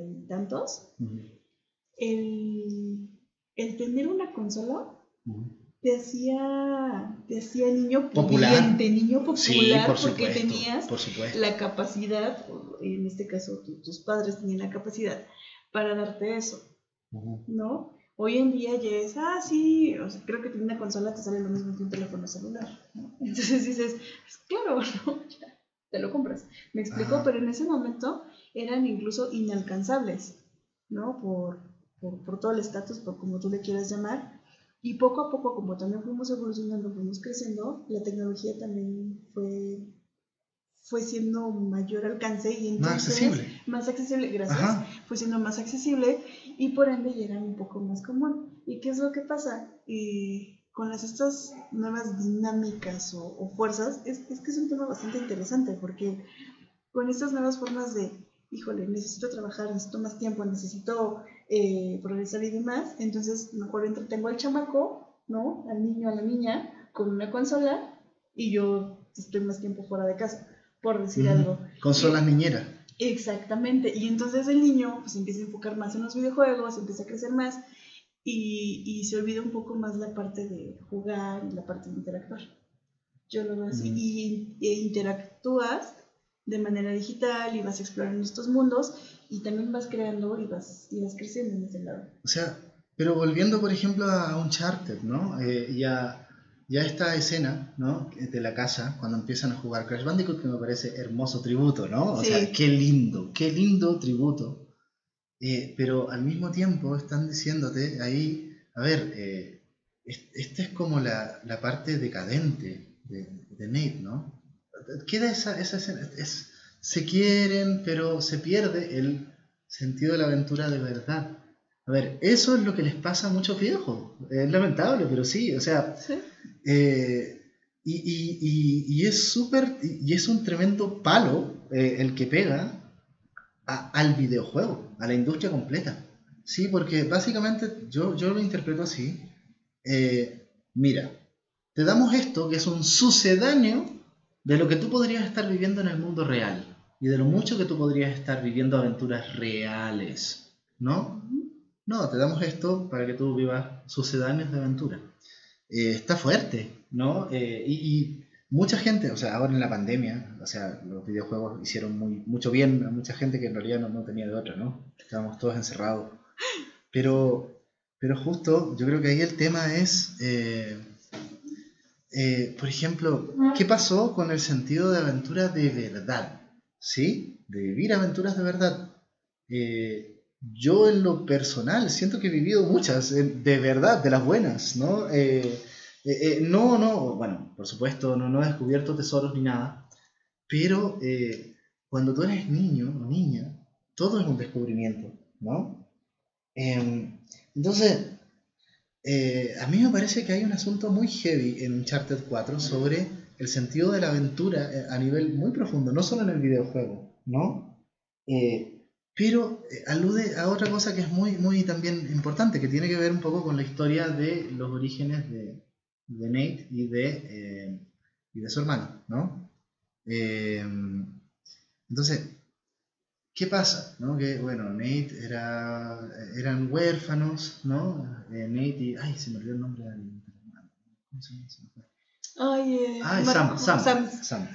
90 y tantos, ujú, el tener una consola ujú. te hacía niño Popular. pudiente, niño popular, Sí, por porque supuesto, tenías por supuesto. la capacidad, en este caso tus padres tenían la capacidad para darte eso, ¿no? Hoy en día ya es, sí, o sea, creo que tener una consola te sale lo mismo que un teléfono celular, ¿no? Entonces dices, pues claro, ¿no? Ya, te lo compras. Me explico, pero en ese momento eran incluso inalcanzables, ¿no? Por todo el estatus, por como tú le quieras llamar. Y poco a poco, como también fuimos evolucionando, fuimos creciendo, la tecnología también fue siendo mayor alcance y entonces más accesible, gracias, Ajá. fue siendo más accesible y por ende ya era un poco más común. ¿Y qué es lo que pasa? Con estas nuevas dinámicas o fuerzas, es que es un tema bastante interesante porque con estas nuevas formas de, híjole, necesito trabajar, necesito más tiempo, necesito progresar y demás, entonces mejor entretengo al chamaco, ¿no? Al niño, a la niña, con una consola y yo estoy más tiempo fuera de casa, por decir algo. Consolas niñeras. Exactamente, y entonces el niño pues empieza a enfocar más en los videojuegos, empieza a crecer más y se olvida un poco más la parte de jugar y la parte de interactuar. Yo lo veo así. Y interactúas de manera digital y vas explorando estos mundos y también vas creando y vas creciendo en ese lado. O sea, pero volviendo por ejemplo a Uncharted, ¿no? Ya esta escena, ¿no? De la casa, cuando empiezan a jugar Crash Bandicoot, que me parece hermoso tributo, ¿no? O sea, qué lindo tributo. Pero al mismo tiempo están diciéndote ahí, a ver, esta es como la parte decadente de Nate, ¿no? Queda esa escena, se quieren, pero se pierde el sentido de la aventura de verdad. A ver, eso es lo que les pasa a muchos viejos. Es lamentable, pero sí, o sea, ¿sí? Y es súper, y es un tremendo palo el que pega al videojuego, a la industria completa. Sí, porque básicamente yo lo interpreto así. Mira, te damos esto que es un sucedáneo de lo que tú podrías estar viviendo en el mundo real y de lo mucho que tú podrías estar viviendo aventuras reales, ¿no? No, te damos esto para que tú vivas sucedáneos de aventura. Está fuerte, ¿no? Y mucha gente, o sea, ahora en la pandemia, o sea, los videojuegos hicieron mucho bien a mucha gente que en realidad no tenía de otra, ¿no? Estábamos todos encerrados. Pero justo, yo creo que ahí el tema es, por ejemplo, ¿qué pasó con el sentido de aventura de verdad? ¿Sí? De vivir aventuras de verdad. Yo en lo personal siento que he vivido muchas, de verdad, de las buenas, ¿no? Bueno, por supuesto, no he descubierto tesoros ni nada, pero cuando tú eres niño o niña, todo es un descubrimiento, ¿no? Entonces, a mí me parece que hay un asunto muy heavy en Uncharted 4 sobre el sentido de la aventura a nivel muy profundo, no solo en el videojuego, ¿no? Pero alude a otra cosa que es muy también importante, que tiene que ver un poco con la historia de los orígenes de Nate y de su hermano, ¿no? Entonces, ¿qué pasa? ¿No? Que, bueno, Nate eran huérfanos, ¿no? Nate y... Ay, se me olvidó el nombre del hermano. ¿Cómo se llama? Se me fue. Sam.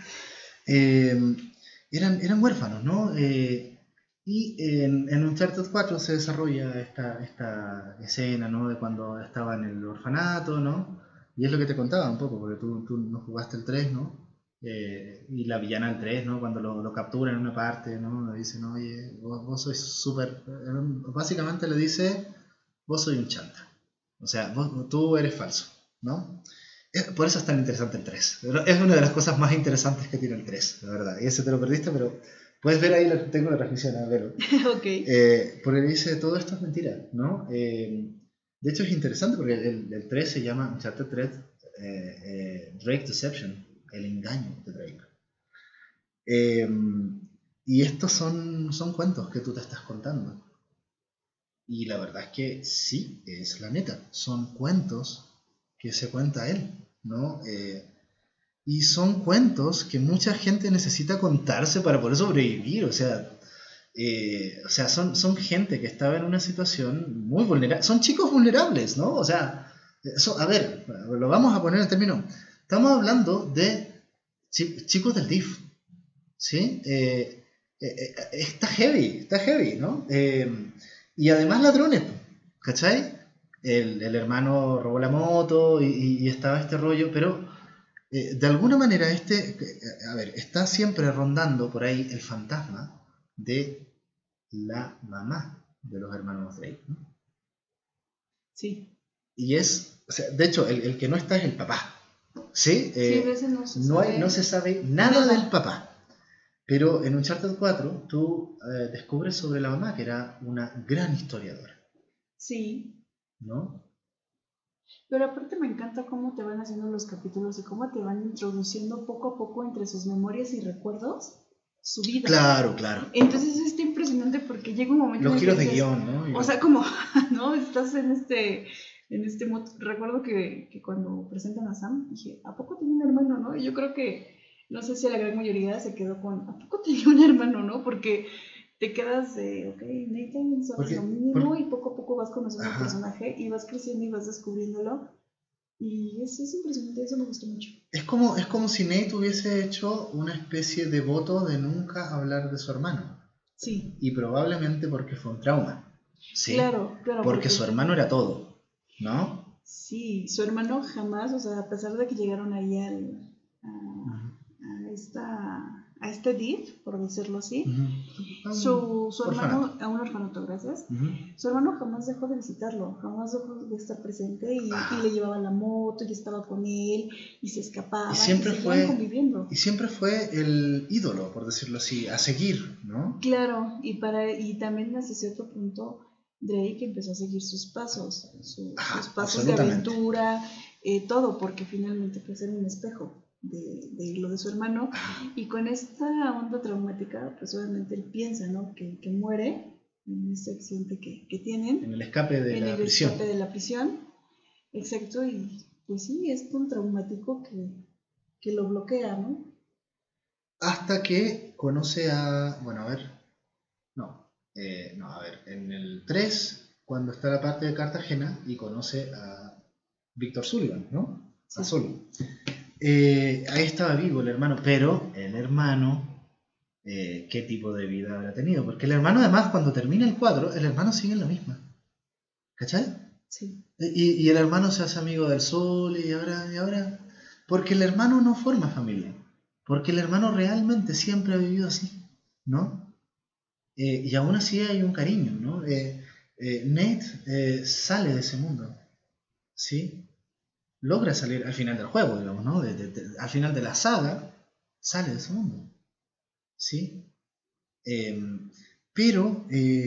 Eran huérfanos, ¿no? Y en Uncharted 4 se desarrolla esta escena, ¿no? De cuando estaba en el orfanato, ¿no? Y es lo que te contaba un poco, porque tú no jugaste el 3, ¿no? Y la villana del 3, ¿no? Cuando lo capturan en una parte, ¿no? Le dicen, oye, vos sois súper... Básicamente le dice, vos sois un chanta. O sea, tú eres falso, ¿no? Por eso es tan interesante el 3. Es una de las cosas más interesantes que tiene el 3, la verdad. Y ese te lo perdiste, pero puedes ver ahí, tengo la transmisión, a verlo. Okay. Porque dice, todo esto es mentira, ¿no? De hecho es interesante porque el 3 se llama Uncharted 3 Drake Deception, el engaño de Drake. Y estos son cuentos que tú te estás contando. Y la verdad es que sí, es la neta. Son cuentos que se cuenta él, ¿no? Y son cuentos que mucha gente necesita contarse para poder sobrevivir. O sea, son gente que estaba en una situación muy vulnerable. Son chicos vulnerables, ¿no? O sea, Eso, a ver, lo vamos a poner en términos. Estamos hablando de chicos del DIF, ¿sí? Está heavy, ¿no? Y además ladrones, ¿cachai? El hermano robó la moto y estaba este rollo, pero de alguna manera a ver, está siempre rondando por ahí el fantasma de la mamá de los hermanos Drake, ¿no? Sí. Y o sea, de hecho, el que no está es el papá, ¿sí? Sí, a veces no se sabe No se sabe nada del nada. papá. Pero en Uncharted 4 tú descubres sobre la mamá que era una gran historiadora, Sí. ¿no? Pero aparte me encanta cómo te van haciendo los capítulos y cómo te van introduciendo poco a poco entre sus memorias y recuerdos su vida. Claro, claro. Entonces está impresionante porque llega un momento en Los el que giros de dices, guión, ¿no? o sea, como, ¿no? Estás en este mood. Recuerdo que cuando presentan a Sam, dije, ¿a poco tiene un hermano, no? Y yo creo que, no sé si la gran mayoría se quedó con, ¿a poco tenía un hermano, no? Porque te quedas de, ok, Nathan, sabes lo mínimo y poco a poco vas conociendo al ajá. personaje y vas creciendo y vas descubriéndolo. Y es impresionante, eso me gustó mucho. Es como si Nate hubiese hecho una especie de voto de nunca hablar de su hermano. Sí. Y probablemente porque fue un trauma, ¿sí? Claro, claro, Porque su hermano era todo, ¿no? sí, su hermano jamás, o sea, a pesar de que llegaron ahí Uh-huh. a este DIF, por decirlo así, su Orfanato. hermano, a un orfanato, gracias, Uh-huh. su hermano jamás dejó de visitarlo, jamás dejó de estar presente y le llevaba la moto y estaba con él y se escapaban y seguían conviviendo. Y siempre fue el ídolo, por decirlo así, a seguir, ¿no? Claro, y también hasta cierto punto Drake empezó a seguir sus pasos, sus Ajá, pasos de absolutamente. aventura, todo, porque finalmente pues era un espejo de lo de su hermano. Y con esta onda traumática, pues obviamente él piensa, ¿no? Que muere en ese accidente que tienen, En el escape de en la el prisión. escape de la prisión. Exacto, y pues sí, es tan traumático que lo bloquea, ¿no? Hasta que conoce a... Bueno, a ver. No. No, a ver. En el 3 cuando está la parte de Cartagena y conoce a Víctor Sullivan, ¿no? A Sí. Sully. Ahí estaba vivo el hermano, pero el hermano, ¿qué tipo de vida habrá tenido? Porque el hermano, además, cuando termina el 4 el hermano sigue en la misma. ¿Cachai? Sí. Y el hermano se hace amigo del sol y ahora, porque el hermano no forma familia, porque el hermano realmente siempre ha vivido así, ¿no? Y aún así hay un cariño, ¿no? Nate sale de ese mundo, ¿sí? Logra salir al final del juego, digamos, ¿no? Al final de la saga, sale de ese mundo, ¿sí? Eh, pero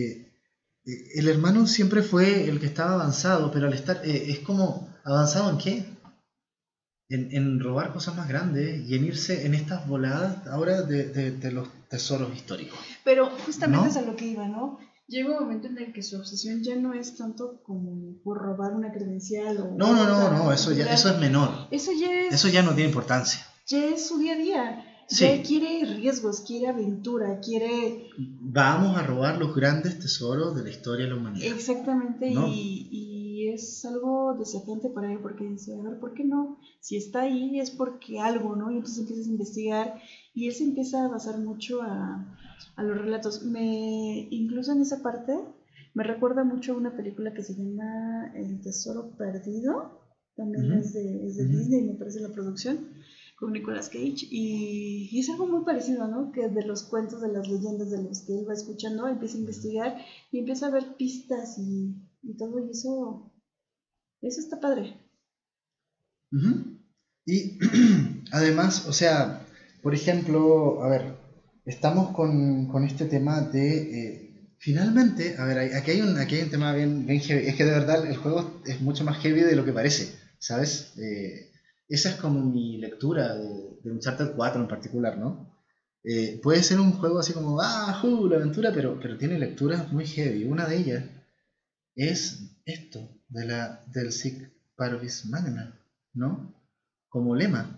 el hermano siempre fue el que estaba avanzado, pero al estar, es como, ¿avanzado en qué? En robar cosas más grandes y en irse en estas voladas ahora de los tesoros históricos. Pero justamente es a ¿No? lo que iba, ¿no? Llega un momento en el que su obsesión ya no es tanto como por robar una credencial No, no, o no, otra no, eso es habilidad. menor. Eso Eso ya no tiene importancia. ya es su día a día. Ya Sí, quiere riesgos, quiere aventura, quiere vamos a robar los grandes tesoros de la historia de la humanidad. exactamente ¿No? y es algo desafiante para él porque dice, a ver, ¿por qué no? Si está ahí es porque algo, ¿no? Y entonces empiezas a investigar y él se empieza a basar mucho a los relatos. Incluso en esa parte me recuerda mucho a una película que se llama El Tesoro Perdido, también Ujú, es de ujú. Disney, me parece la producción, con Nicolas Cage, y es algo muy parecido, ¿no? Que de los cuentos, de las leyendas de los que él va escuchando, empieza a investigar y empieza a ver pistas y todo, y eso está padre. Ujú. Y además, o sea, por ejemplo, a ver, estamos con este tema de, finalmente, a ver, aquí hay un tema bien heavy, es que de verdad el juego es mucho más heavy de lo que parece, ¿sabes? Esa es como mi lectura de Uncharted 4 en particular, ¿no? Puede ser un juego así como, la aventura, pero tiene lecturas muy heavy. Una de ellas es esto, del Sic Parvis Magna, ¿no? Como lema,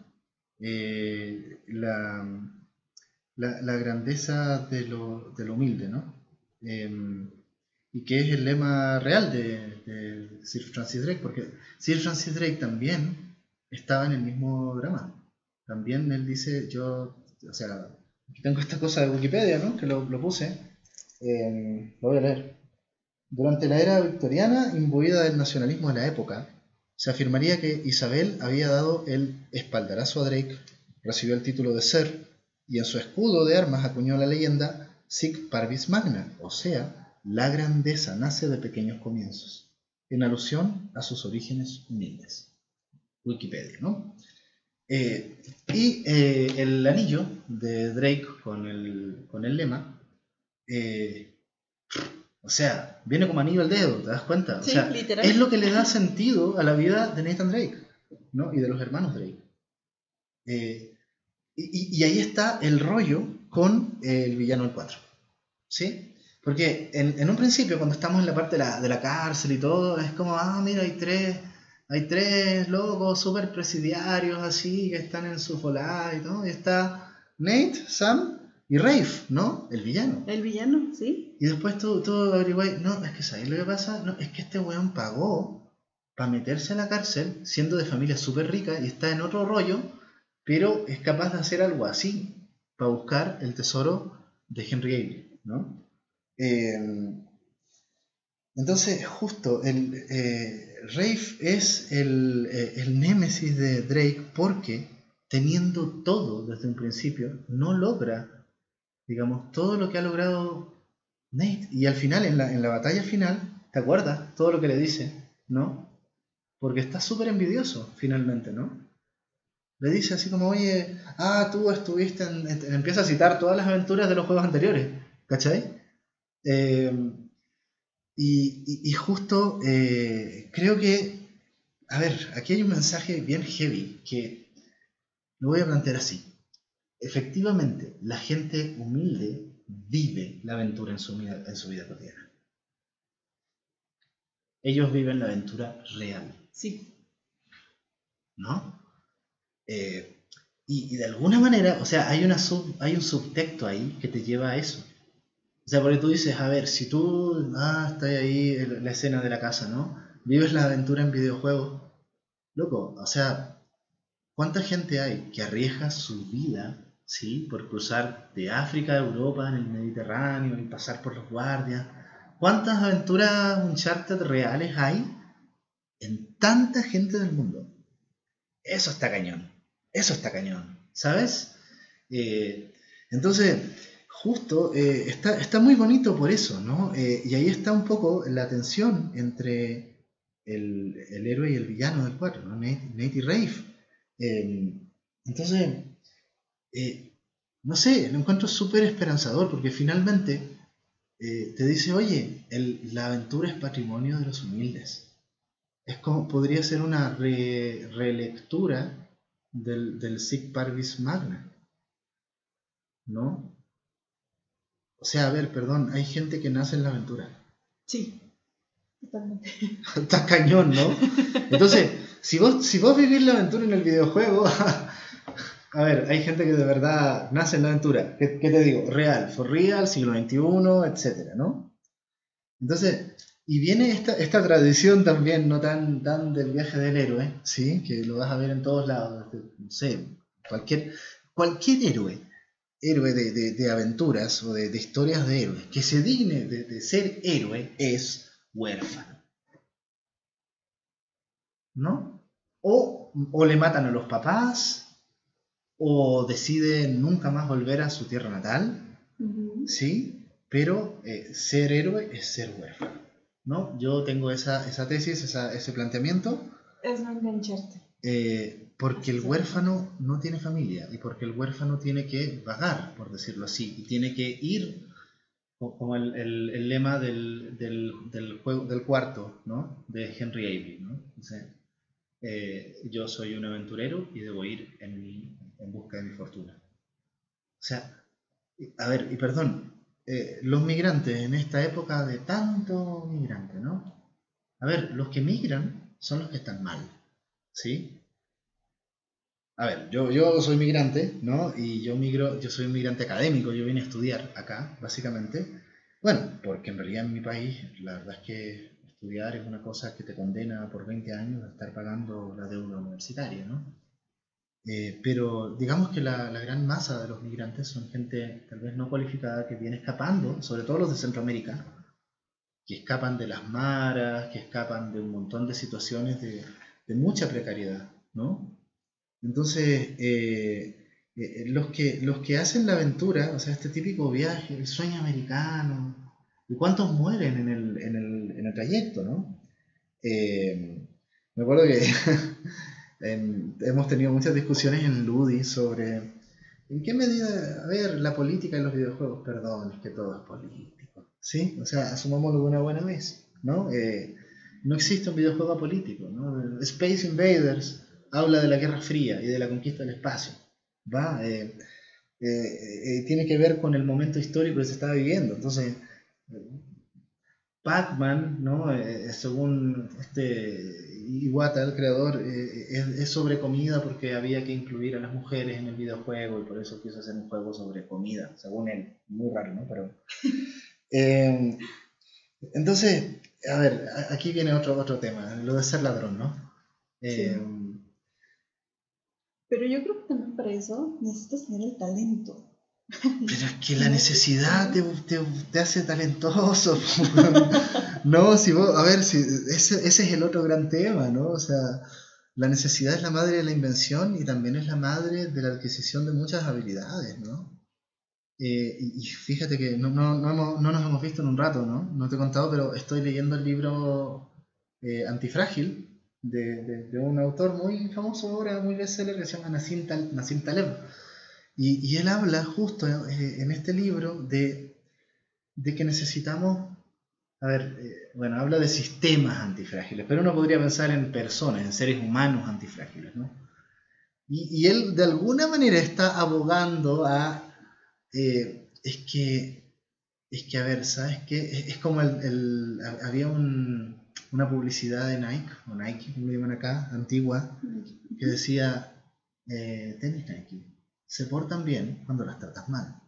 eh, la, la grandeza de lo humilde, ¿no? Eh, y que es el lema real de Sir Francis Drake, porque Sir Francis Drake también estaba en el mismo drama. También él dice, o sea, aquí tengo esta cosa de Wikipedia, ¿no? Que lo puse, lo voy a leer. Durante la era victoriana, imbuida del nacionalismo de la época, se afirmaría que Isabel había dado el espaldarazo a Drake, recibió el título de Sir, y en su escudo de armas acuñó la leyenda Sic Parvis Magna, o sea, la grandeza nace de pequeños comienzos, en alusión a sus orígenes humildes. Wikipedia, ¿no? El anillo de Drake con el lema, o sea, viene como anillo al dedo, ¿te das cuenta? O Sí, sea, literal. es lo que le da sentido a la vida de Nathan Drake, ¿no? Y de los hermanos Drake. Y ahí está el rollo con el villano del 4, ¿sí? Porque en un principio, cuando estamos en la parte de la cárcel y todo, es como, mira, hay tres locos súper presidiarios así, que están en su volada y todo, y está Nate, Sam y Rafe, ¿no? El villano. El villano, sí. Y después tú averiguas, no, es que ¿sabes lo que pasa? No, es que este weón pagó para meterse a la cárcel, siendo de familia súper rica y está en otro rollo, pero es capaz de hacer algo así para buscar el tesoro de Henry Avery, ¿no? Entonces, justo, Rafe es el némesis de Drake porque, teniendo todo desde un principio, no logra, digamos, todo lo que ha logrado Nate. Y al final, en la batalla final, ¿te acuerdas? Todo lo que le dice, ¿no? Porque está súper envidioso, finalmente, ¿no? Le dice así como, oye, tú estuviste empieza a citar todas las aventuras de los juegos anteriores, ¿cachai? Eh, y justo creo que, a ver, aquí hay un mensaje bien heavy que lo voy a plantear así. Efectivamente, la gente humilde vive la aventura en su vida cotidiana. Ellos viven la aventura real. Sí. ¿No? Y de alguna manera, o sea, hay un subtexto ahí que te lleva a eso. O sea, porque tú dices, a ver, si tú estás ahí en la escena de la casa, ¿no? Vives la aventura en videojuegos, loco, o sea, ¿cuánta gente hay que arriesga su vida, ¿sí? Por cruzar de África a Europa en el Mediterráneo y pasar por los guardias? ¿Cuántas aventuras Uncharted reales hay en tanta gente del mundo? Eso está cañón. Eso está cañón. ¿Sabes? Eh, entonces, justo, está muy bonito por eso, ¿no? Y ahí está un poco la tensión entre el héroe y el villano del 4, ¿no? Nate y Rafe. Eh, entonces, eh, no sé, lo encuentro súper esperanzador porque finalmente te dice, oye, la aventura es patrimonio de los humildes. Es como, podría ser una relectura del Sic Parvis Magna, ¿no? O sea, a ver, perdón, hay gente que nace en la aventura. Sí, totalmente. Está cañón, ¿no? Entonces, si vos vivís la aventura en el videojuego, a ver, hay gente que de verdad nace en la aventura. ¿Qué te digo? Real, for real, siglo XXI, etcétera, ¿no? Entonces, y viene esta tradición también, no tan del viaje del héroe, ¿sí? Que lo vas a ver en todos lados, no sé, cualquier héroe de aventuras o de historias de héroes, que se digne de ser héroe es huérfano, ¿no? O le matan a los papás, o decide nunca más volver a su tierra natal, ¿sí? Pero ser héroe es ser huérfano, ¿no? Yo tengo esa tesis, ese planteamiento. Es no engancharte. Porque el huérfano no tiene familia y porque el huérfano tiene que vagar, por decirlo así, y tiene que ir, como el lema del juego del cuarto, ¿no? De Henry Avery, ¿no? Dice, yo soy un aventurero y debo ir en busca de mi fortuna. O sea, a ver, y perdón, los migrantes en esta época de tanto migrante, ¿no? A ver, los que migran son los que están mal, ¿sí? A ver, yo soy migrante, ¿no? Y yo soy un migrante académico, yo vine a estudiar acá, básicamente. Bueno, porque en realidad en mi país la verdad es que estudiar es una cosa que te condena por 20 años a estar pagando la deuda universitaria, ¿no? Pero digamos que la gran masa de los migrantes son gente tal vez no cualificada que viene escapando, sobre todo los de Centroamérica, que escapan de las maras, que escapan de un montón de situaciones de mucha precariedad, ¿no? Entonces, los que hacen la aventura, o sea, este típico viaje, el sueño americano, ¿y cuántos mueren en el trayecto, no? Me acuerdo que hemos tenido muchas discusiones en Ludi sobre en qué medida, a ver, la política en los videojuegos, perdón, es que todo es político, ¿sí? O sea, asumámoslo de una buena vez, ¿no? No existe un videojuego político, ¿no? Space Invaders habla de la Guerra Fría y de la conquista del espacio, ¿va? Tiene que ver con el momento histórico que se estaba viviendo, entonces Pac-Man, ¿no? Según Iwata, el creador, es sobre comida porque había que incluir a las mujeres en el videojuego y por eso quiso hacer un juego sobre comida, según él. Muy raro, ¿no? Pero, eh, entonces, a ver, aquí viene otro tema, lo de ser ladrón, ¿no? Eh, Sí. Pero yo creo que también para eso necesitas tener el talento. pero es que la ¿No es necesidad cierto? te hace talentoso. No, si vos, a ver, si, ese es el otro gran tema, ¿no? O sea, la necesidad es la madre de la invención y también es la madre de la adquisición de muchas habilidades, ¿no? Y fíjate que no nos hemos visto en un rato, ¿no? No te he contado, pero estoy leyendo el libro Antifrágil de un autor muy famoso ahora, muy bestseller, que se llama Nassim Taleb. Y él habla justo en este libro de que necesitamos, a ver, bueno, habla de sistemas antifrágiles, pero uno podría pensar en personas, en seres humanos antifrágiles, ¿no? Y él de alguna manera está abogando a, es que, a ver, ¿sabes qué? Es como había una publicidad de Nike, o Nike, como le llaman acá, antigua, que decía, tenis Nike, se portan bien cuando las tratas mal,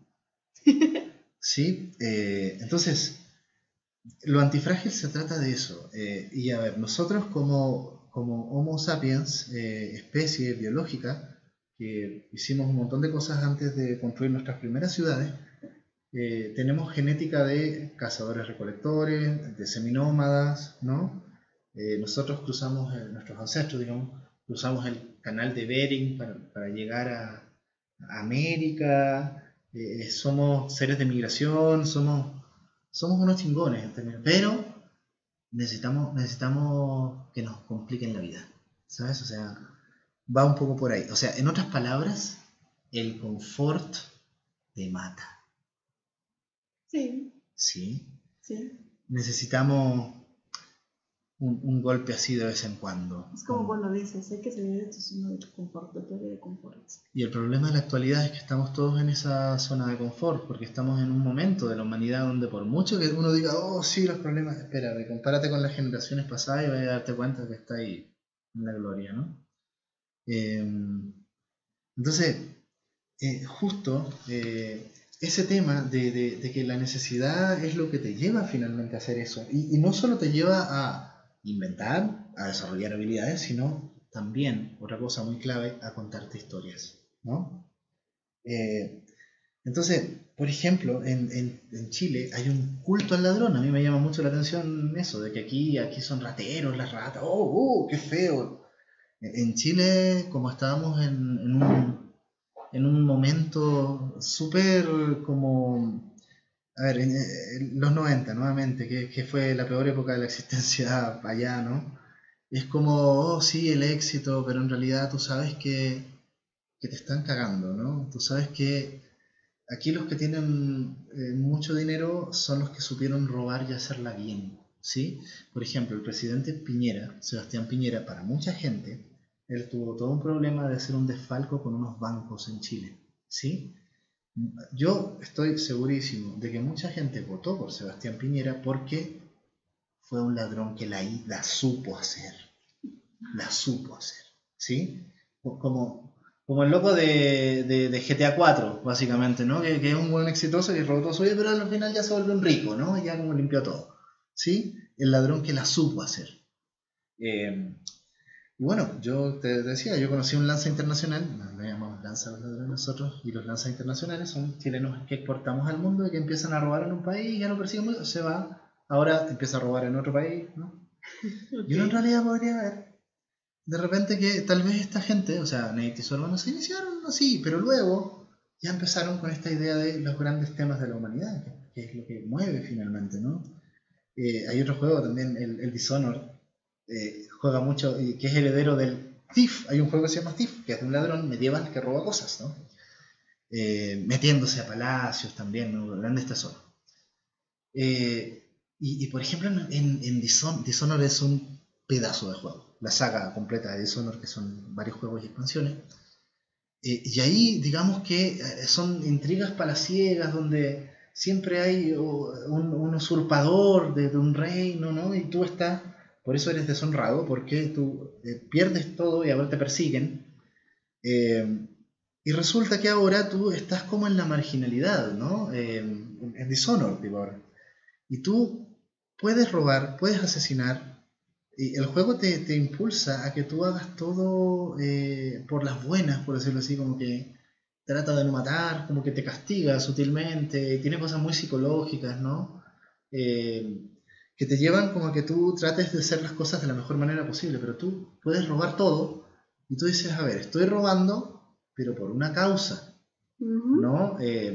¿sí? Entonces, lo antifrágil se trata de eso. Y a ver, nosotros como Homo sapiens, especie biológica, que hicimos un montón de cosas antes de construir nuestras primeras ciudades, tenemos genética de cazadores-recolectores, de seminómadas, ¿no? Nosotros cruzamos, nuestros ancestros, digamos, cruzamos el canal de Bering para llegar a América, somos seres de migración, somos unos chingones, pero necesitamos que nos compliquen la vida, ¿sabes? O sea, va un poco por ahí. O sea, en otras palabras, el confort te mata, Sí, ¿sí? sí. Necesitamos un golpe así de vez en cuando. Es como cuando dices, hay que salir de tu zona de confort, de tu área de confort. Y el problema de la actualidad es que estamos todos en esa zona de confort, porque estamos en un momento de la humanidad donde por mucho que uno diga, oh sí, los problemas, espera, compárate con las generaciones pasadas y vas a darte cuenta que está ahí en la gloria, ¿no? Eh, entonces, justo ese tema de que la necesidad es lo que te lleva finalmente a hacer eso. Y no solo te lleva a inventar, a desarrollar habilidades, sino también, otra cosa muy clave, a contarte historias, ¿no? Eh, entonces, por ejemplo, en Chile hay un culto al ladrón. A mí me llama mucho la atención eso, de que aquí son rateros, las ratas. ¡Oh, qué feo! En Chile, como estábamos en un momento súper como, a ver, en los 90 nuevamente, que fue la peor época de la existencia allá, ¿no? Es como, oh sí, el éxito, pero en realidad tú sabes que te están cagando, ¿no? Tú sabes que aquí los que tienen mucho dinero son los que supieron robar y hacerla bien, ¿sí? Por ejemplo, el presidente Piñera, Sebastián Piñera, para mucha gente, él tuvo todo un problema de hacer un desfalco con unos bancos en Chile, ¿sí? Yo estoy segurísimo de que mucha gente votó por Sebastián Piñera porque fue un ladrón que la supo hacer, ¿sí? Como, como el loco de GTA 4, básicamente, ¿no? Que es un buen exitoso que robó todo su vida, pero al final ya se volvió un rico, ¿no? Y ya como limpió todo, ¿sí? El ladrón que la supo hacer. Y bueno, yo te decía, yo conocí un lanza internacional, le llamamos lanza a los ladrones nosotros, y los lanzas internacionales son chilenos que exportamos al mundo y que empiezan a robar en un país y ya no persiguen mucho, se va, ahora empieza a robar en otro país, ¿no? Okay. Y uno en realidad podría ver de repente que tal vez esta gente, o sea, Nate y su hermano se iniciaron así, pero luego ya empezaron con esta idea de los grandes temas de la humanidad, que es lo que mueve finalmente, ¿no? Hay otro juego también, el Dishonored, juega mucho, que es heredero del Thief. Hay un juego que se llama Thief, que es de un ladrón medieval que roba cosas, ¿no? Metiéndose a palacios también, ¿no? Grandes tesoros. Y por ejemplo, en Dishonored es un pedazo de juego. La saga completa de Dishonored, que son varios juegos y expansiones. Y ahí, digamos que son intrigas palaciegas donde siempre hay un usurpador de un reino, ¿no? Y tú estás, por eso eres deshonrado, porque tú pierdes todo y ahora te persiguen. Y resulta que ahora tú estás como en la marginalidad, ¿no? En Dishonored, digo ahora. Y tú puedes robar, puedes asesinar, y el juego te impulsa a que tú hagas todo por las buenas, por decirlo así, como que trata de no matar, como que te castiga sutilmente, tiene cosas muy psicológicas, ¿no? Que te llevan como a que tú trates de hacer las cosas de la mejor manera posible, pero tú puedes robar todo y tú dices, a ver, estoy robando, pero por una causa, ¿no?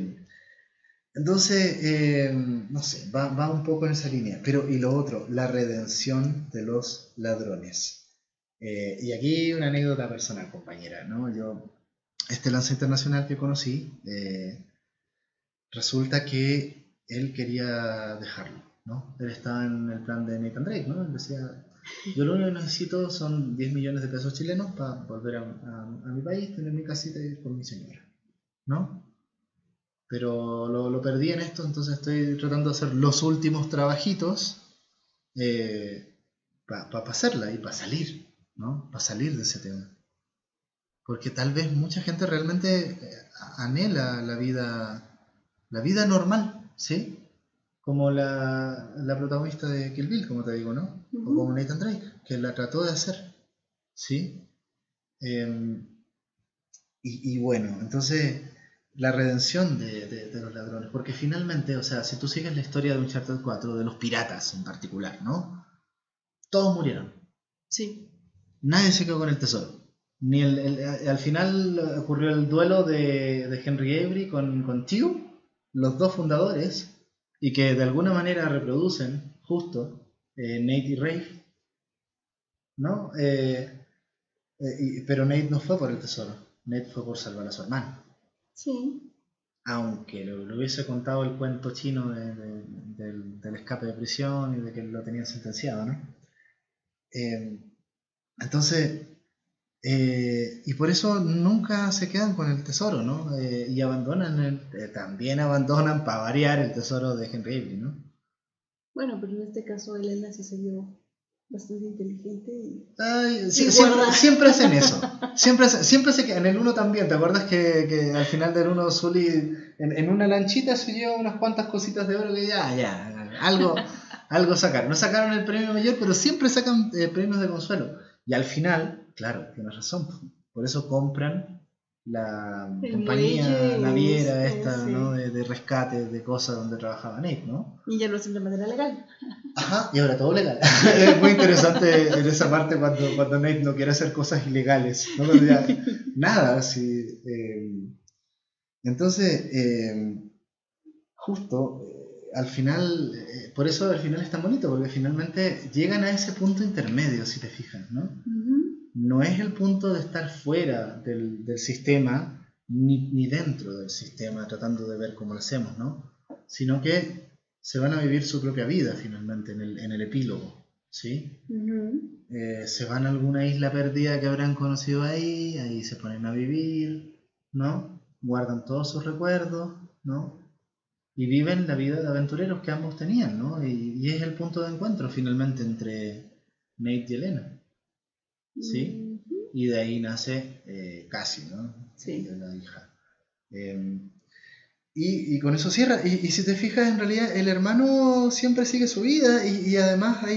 Entonces, no sé, va un poco en esa línea. Pero, y lo otro, la redención de los ladrones. Y aquí una anécdota personal, compañera, ¿no? Yo, este lanza internacional que conocí, resulta que él quería dejarlo, ¿no? Él estaba en el plan de Nathan Drake, ¿no? Él decía, yo lo único que necesito son 10 millones de pesos chilenos para volver a mi país, tener mi casita con mi señora, ¿no? Pero lo perdí en esto, entonces estoy tratando de hacer los últimos trabajitos para hacerla y para salir, ¿no? Para salir de ese tema. Porque tal vez mucha gente realmente anhela la vida normal, ¿sí? Como la protagonista de Kill Bill, como te digo, ¿no? O como Nathan Drake, que la trató de hacer, ¿sí? Y bueno, entonces la redención de los ladrones, porque finalmente, o sea, si tú sigues la historia de Uncharted 4, de los piratas en particular, ¿no? Todos murieron. Sí. Nadie se quedó con el tesoro. Ni al final ocurrió el duelo de Henry Avery con Tew, los dos fundadores, y que de alguna manera reproducen justo Nate y Rafe, ¿no? Pero Nate no fue por el tesoro, Nate fue por salvar a su hermano. Sí. Aunque le hubiese contado el cuento chino del escape de prisión y de que lo tenían sentenciado, ¿no? Entonces, y por eso nunca se quedan con el tesoro, ¿no? Y también abandonan para variar el tesoro de Henry Avery, ¿no? Bueno, pero en este caso Elena sí se vio bastante inteligente y siempre hacen eso. Siempre se quedan. En el 1 también, ¿te acuerdas que al final del 1 Sully en una lanchita se lleva unas cuantas cositas de oro que algo sacaron? No sacaron el premio mayor, pero siempre sacan premios de consuelo. Y al final, claro, tienes razón, por eso compran la compañía naviera esta, sí, ¿no? De rescate de cosas donde trabajaba Nate, ¿no? Y ya lo hacen de manera legal. Ajá, y ahora todo legal. Es muy interesante en esa parte cuando Nate no quiere hacer cosas ilegales, ¿no? Cuando ya, nada, sí. Entonces, justo, al final, por eso al final es tan bonito, porque finalmente llegan a ese punto intermedio, si te fijas, ¿no? No es el punto de estar fuera del sistema, ni dentro del sistema, tratando de ver cómo lo hacemos, ¿no? Sino que se van a vivir su propia vida finalmente en el epílogo, ¿sí? Se van a alguna isla perdida que habrán conocido ahí se ponen a vivir, ¿no? Guardan todos sus recuerdos, ¿no? Y viven la vida de aventureros que ambos tenían, ¿no? Y es el punto de encuentro finalmente entre Nate y Elena, ¿sí? Y de ahí nace Cassie, ¿no? Sí. de la hija. Y con eso cierra. Y si te fijas, en realidad el hermano siempre sigue su vida y además hay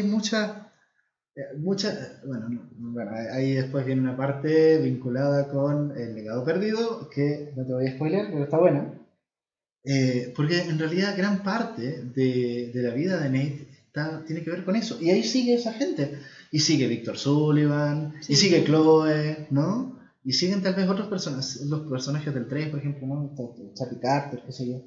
bueno, ahí después viene una parte vinculada con el legado perdido, que no te voy a spoiler, pero está buena. Porque en realidad gran parte de la vida de Nate tiene que ver con eso. Y ahí sigue esa gente. Y sigue Victor Sullivan, Sí. y sigue Chloe, ¿no? Y siguen tal vez otros personajes, los personajes del 3, por ejemplo, ¿no? Chappie Carter, qué sé yo.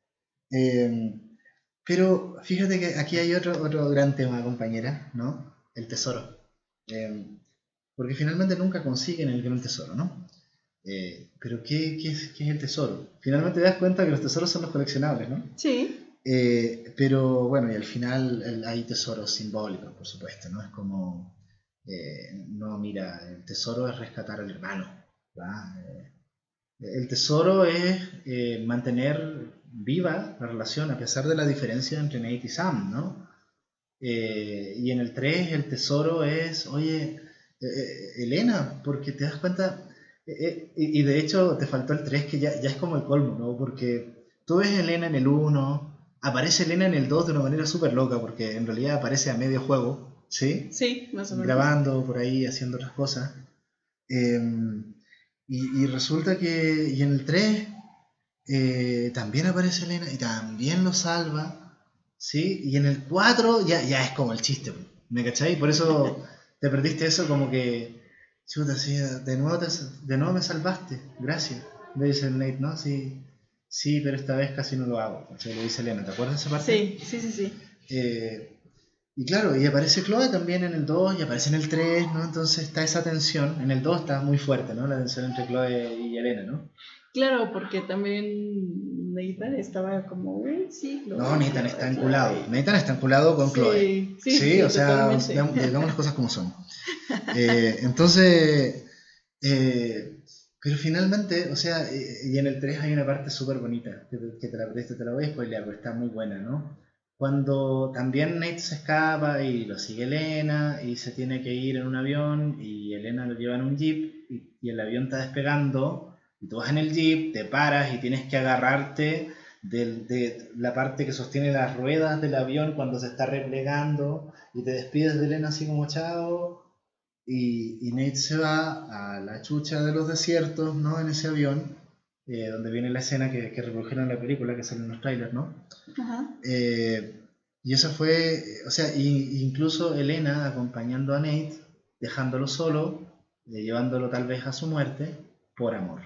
Pero fíjate que aquí hay otro gran tema, compañera, ¿no? El tesoro. Porque finalmente nunca consiguen el gran tesoro, ¿no? Pero ¿qué es el tesoro? Finalmente te das cuenta que los tesoros son los coleccionables, ¿no? Sí. Pero bueno, y al final hay tesoros simbólicos, por supuesto, ¿no? Es como, no, mira, el tesoro es rescatar al hermano, ¿va? El tesoro es mantener viva la relación a pesar de la diferencia entre Nate y Sam, ¿no? Y en el 3 el tesoro es, oye, Elena, porque te das cuenta, y de hecho te faltó el 3 que ya es como el colmo, ¿no? Porque tú ves a Elena en el 1, aparece Elena en el 2 de una manera súper loca, porque en realidad aparece a medio juego, ¿sí? Sí, más o menos. Grabando por ahí, haciendo otras cosas. Y resulta que, y en el 3 también aparece Elena y también lo salva. ¿Sí? Y en el 4 ya es como el chiste, ¿me cachai? Por eso te perdiste eso como que, chuta, sí, de nuevo me salvaste, gracias. Le dice el Nate, ¿no? Sí, pero esta vez casi no lo hago. ¿Cachai? Le dice Elena, ¿te acuerdas de esa parte? Sí. Y claro, y aparece Chloe también en el 2 y aparece en el 3, ¿no? Entonces está esa tensión. En el 2 está muy fuerte, ¿no? La tensión entre Chloe y Elena, ¿no? Claro, porque también Nathan estaba como, sí, Chloe. No, Nathan está enculado. Nathan está enculado con Chloe. Sí, O sea, totalmente. digamos las cosas como son. Entonces, pero finalmente, o sea, y en el 3 hay una parte súper bonita, que te la perdiste, te la voy a spoilear, porque está muy buena, ¿no? Cuando también Nate se escapa y lo sigue Elena y se tiene que ir en un avión y Elena lo lleva en un jeep y el avión está despegando y tú vas en el jeep, te paras y tienes que agarrarte de la parte que sostiene las ruedas del avión cuando se está replegando y te despides de Elena así como chao y Nate se va a la chucha de los desiertos, ¿no? En ese avión, donde viene la escena que reprodujeron en la película, que sale en los trailers, ¿no? Ajá. Y eso fue, o sea, incluso Elena acompañando a Nate, dejándolo solo, llevándolo tal vez a su muerte, por amor,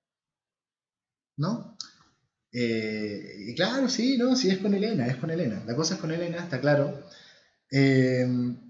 ¿no? Y claro, sí, no, sí es con Elena, La cosa es con Elena, está claro. Eh,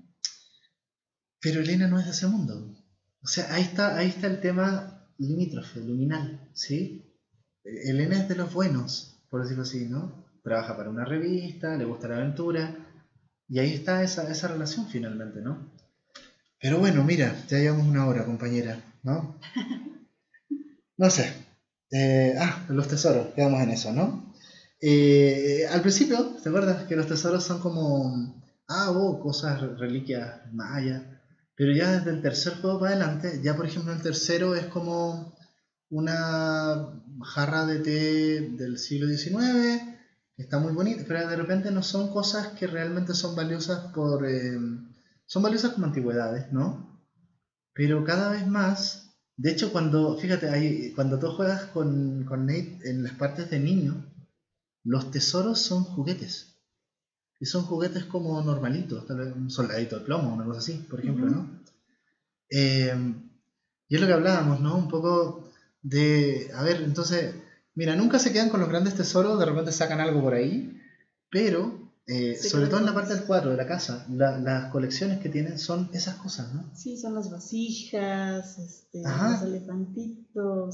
pero Elena no es de ese mundo. O sea, ahí está el tema limítrofe, luminal, ¿sí? Elena es de los buenos, por decirlo así, ¿no? Trabaja para una revista, le gusta la aventura, y ahí está esa relación finalmente, ¿no? Pero bueno, mira, ya llevamos una hora, compañera, ¿no? No sé. Los tesoros, quedamos en eso, ¿no? Al principio, ¿te acuerdas que los tesoros son como, cosas, reliquias mayas? Pero ya desde el tercer juego para adelante, ya por ejemplo el tercero es como una jarra de té del siglo XIX, que está muy bonita, pero de repente no son cosas que realmente son valiosas son valiosas como antigüedades, ¿no? Pero cada vez más, de hecho fíjate, cuando tú juegas con Nate en las partes de niño, los tesoros son juguetes. Y son juguetes como normalitos, tal vez un soldadito de plomo, una cosa así, por ejemplo, ¿no? Eh, y es lo que hablábamos, ¿no? Un poco a ver, entonces, mira, nunca se quedan con los grandes tesoros, de repente sacan algo por ahí, pero sobre todo en la parte del 4 de la casa, las colecciones que tienen son esas cosas, ¿no? Sí, son las vasijas, Ajá. los elefantitos,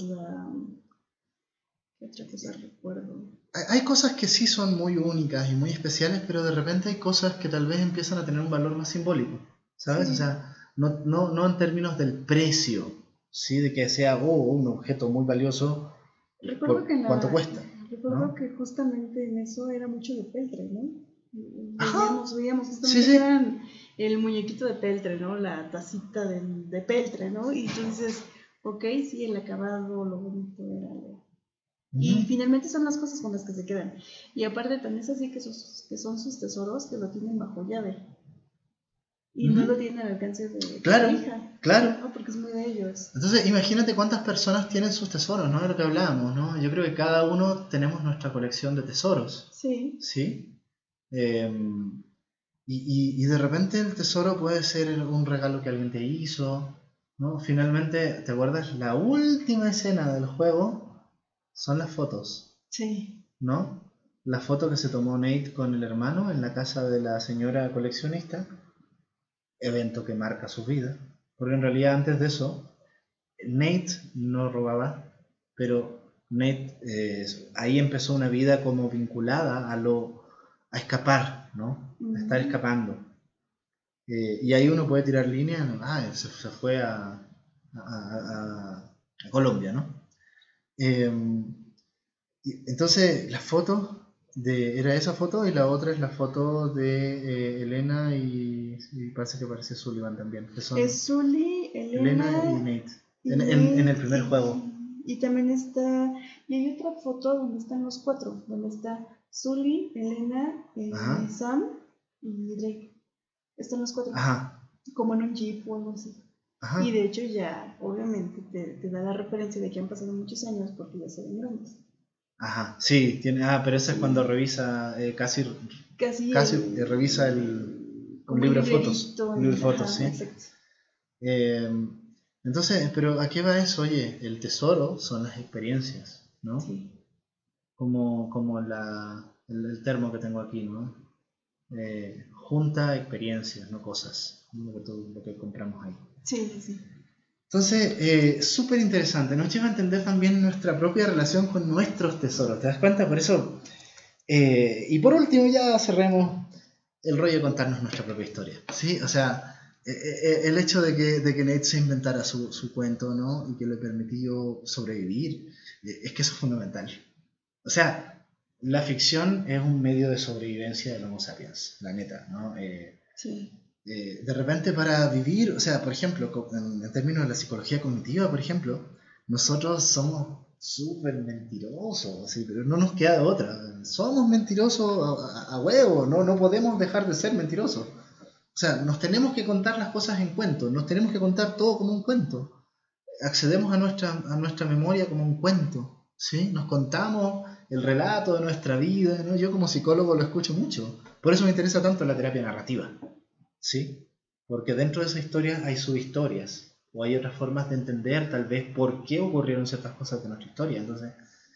¿qué otra cosa recuerdo? Hay cosas que sí son muy únicas y muy especiales, pero de repente hay cosas que tal vez empiezan a tener un valor más simbólico, ¿sabes? Sí. O sea, no en términos del precio, ¿sí? De que sea un objeto muy valioso, Recuerdo por cuánto cuesta, recuerdo ¿no? que justamente en eso era mucho de peltre, ¿no? Ajá, Veíamos sí, justamente que sí. eran el muñequito de peltre, ¿no? La tacita de peltre, ¿no? Y tú dices, ok, sí, el acabado, lo bonito era lo... Y finalmente son las cosas con las que se quedan. Y aparte también es así que son sus tesoros que lo tienen bajo llave. Y no lo tienen al alcance de claro, su hija. Claro. ¿No? Porque es muy de ellos. Entonces, imagínate cuántas personas tienen sus tesoros, ¿no? De lo que hablábamos, ¿no? Yo creo que cada uno tenemos nuestra colección de tesoros. Sí. ¿Sí? Y de repente el tesoro puede ser un regalo que alguien te hizo, ¿no? Finalmente, ¿te acuerdas? La última escena del juego son las fotos, Sí. ¿no? La foto que se tomó Nate con el hermano en la casa de la señora coleccionista, evento que marca su vida, porque en realidad antes de eso Nate no robaba, pero Nate ahí empezó una vida como vinculada a escapar, ¿no? A estar escapando. Y ahí uno puede tirar líneas, ¿no? Se fue a Colombia, ¿no? Entonces, las fotos, era esa foto y la otra es la foto de Elena y parece que aparece Sullivan también. Que son es Sully, Elena y Elena Nate. y En el Nate primer juego. y también está... Y hay otra foto donde están los cuatro, donde está Sully, Elena, Sam y Drake. Están los cuatro. Ajá. Como en un jeep o algo así. Ajá. Y de hecho ya, obviamente, te da la referencia de que han pasado muchos años porque ya se ven grandes. Ajá, sí, pero esa es cuando revisa, casi revisa un libro de fotos. Un libro de fotos, sí. Exacto. Entonces, pero ¿a qué va eso? Oye, el tesoro son las experiencias, ¿no? Sí. Como el termo que tengo aquí, ¿no? Junta experiencias, no cosas, lo que compramos ahí. Sí, sí, sí. Entonces, súper interesante, nos lleva a entender también nuestra propia relación con nuestros tesoros, ¿te das cuenta? Por eso, y por último ya cerremos el rollo de contarnos nuestra propia historia, ¿sí? O sea, el hecho de que Nate se inventara su cuento, ¿no? Y que le permitió sobrevivir, es que eso es fundamental. O sea, la ficción es un medio de sobrevivencia del Homo sapiens, la neta, ¿no? Sí. De repente para vivir, o sea, por ejemplo, en términos de la psicología cognitiva, por ejemplo, nosotros somos súper mentirosos, ¿sí? Pero no nos queda otra. Somos mentirosos a huevo, no podemos dejar de ser mentirosos. O sea, nos tenemos que contar las cosas en cuentos, nos tenemos que contar todo como un cuento. Accedemos a nuestra memoria como un cuento, ¿sí? Nos contamos el relato de nuestra vida, ¿no? Yo como psicólogo lo escucho mucho. Por eso me interesa tanto la terapia narrativa. ¿Sí? Porque dentro de esa historia hay subhistorias o hay otras formas de entender tal vez por qué ocurrieron ciertas cosas de nuestra historia. Entonces,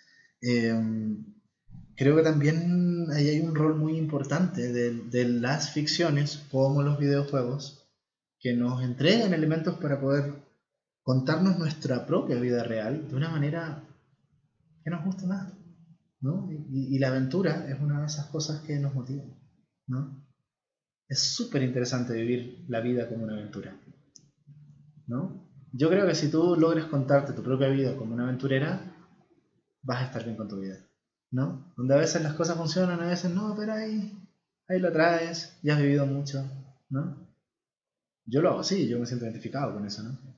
creo que también ahí hay un rol muy importante de las ficciones como los videojuegos que nos entregan elementos para poder contarnos nuestra propia vida real de una manera que nos guste más, ¿no? Y la aventura es una de esas cosas que nos motivan, ¿no? Es súper interesante vivir la vida como una aventura, ¿no? Yo creo que si tú logras contarte tu propia vida como una aventurera, vas a estar bien con tu vida, ¿no? Donde a veces las cosas funcionan, a veces no, pero ahí lo traes, ya has vivido mucho, ¿no? Yo lo hago así, yo me siento identificado con eso, ¿no?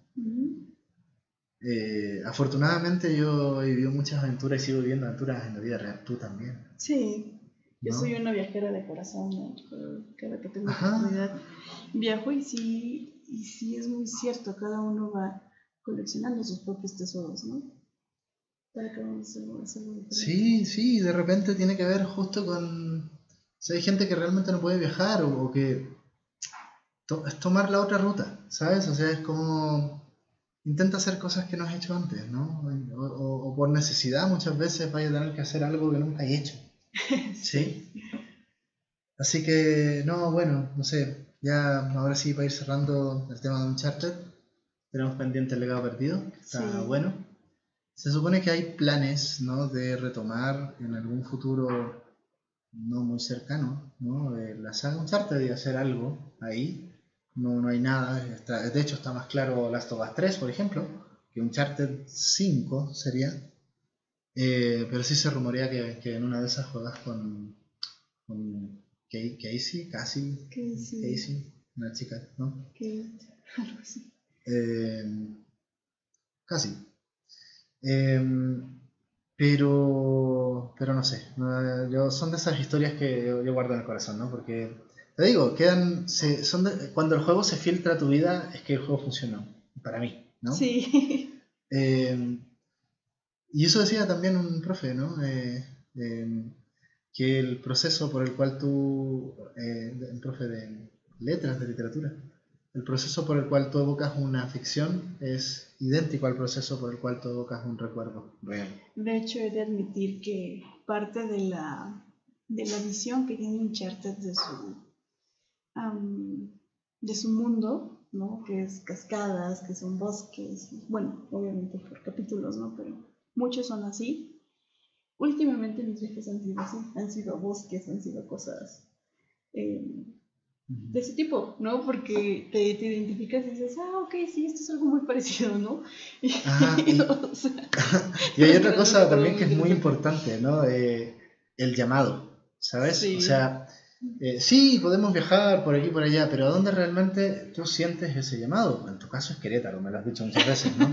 Afortunadamente yo he vivido muchas aventuras y sigo viviendo aventuras en la vida real, tú también. Sí, yo ¿No? soy una viajera de corazón, ¿no? Cada que tengo oportunidad viajo y sí es muy cierto, cada uno va coleccionando sus propios tesoros, ¿no? Para cada uno es algo diferente. Sí, de repente tiene que ver justo con... O sea, hay gente que realmente no puede viajar o que es tomar la otra ruta, ¿sabes? O sea, es como... Intenta hacer cosas que no has hecho antes, ¿no? O por necesidad muchas veces vaya a tener que hacer algo que nunca has hecho. ¿Sí? Así que, no, bueno, no sé. Ya ahora sí, para ir cerrando el tema de Uncharted, tenemos pendiente el legado perdido, que está bueno. Se supone que hay planes, ¿no? De retomar en algún futuro no muy cercano, ¿no? De la saga Uncharted y hacer algo ahí. No hay nada. De hecho, está más claro Last of Us 3, por ejemplo, que Uncharted 5 sería. Pero sí se rumorea que en una de esas juegas con Casey, una chica, ¿no? Algo así. Eh, casi. Pero no sé, son de esas historias que yo guardo en el corazón, ¿no? Porque, te digo, cuando el juego se filtra a tu vida, es que el juego funcionó, para mí, ¿no? Sí. Eh, y eso decía también un profe, ¿no? Que el proceso por el cual un profe de letras, de literatura, el proceso por el cual tú evocas una ficción es idéntico al proceso por el cual tú evocas un recuerdo real. De hecho, he de admitir que parte de la visión que tiene Uncharted de su mundo, ¿no? Que es cascadas, que son bosques, bueno, obviamente por capítulos, ¿no? Pero muchos son así. Últimamente mis viajes han sido así, han sido bosques, han sido cosas eh, de ese tipo, ¿no? Porque te identificas y dices, ok, sí, esto es algo muy parecido, ¿no? Ajá, O sea, y hay otra realmente cosa fue también muy que es muy interesante. importante, ¿no? El llamado, ¿sabes? O Sí, sea, sí, podemos viajar por aquí y por allá, pero ¿a dónde realmente tú sientes ese llamado? En tu caso es Querétaro, me lo has dicho muchas veces, ¿no?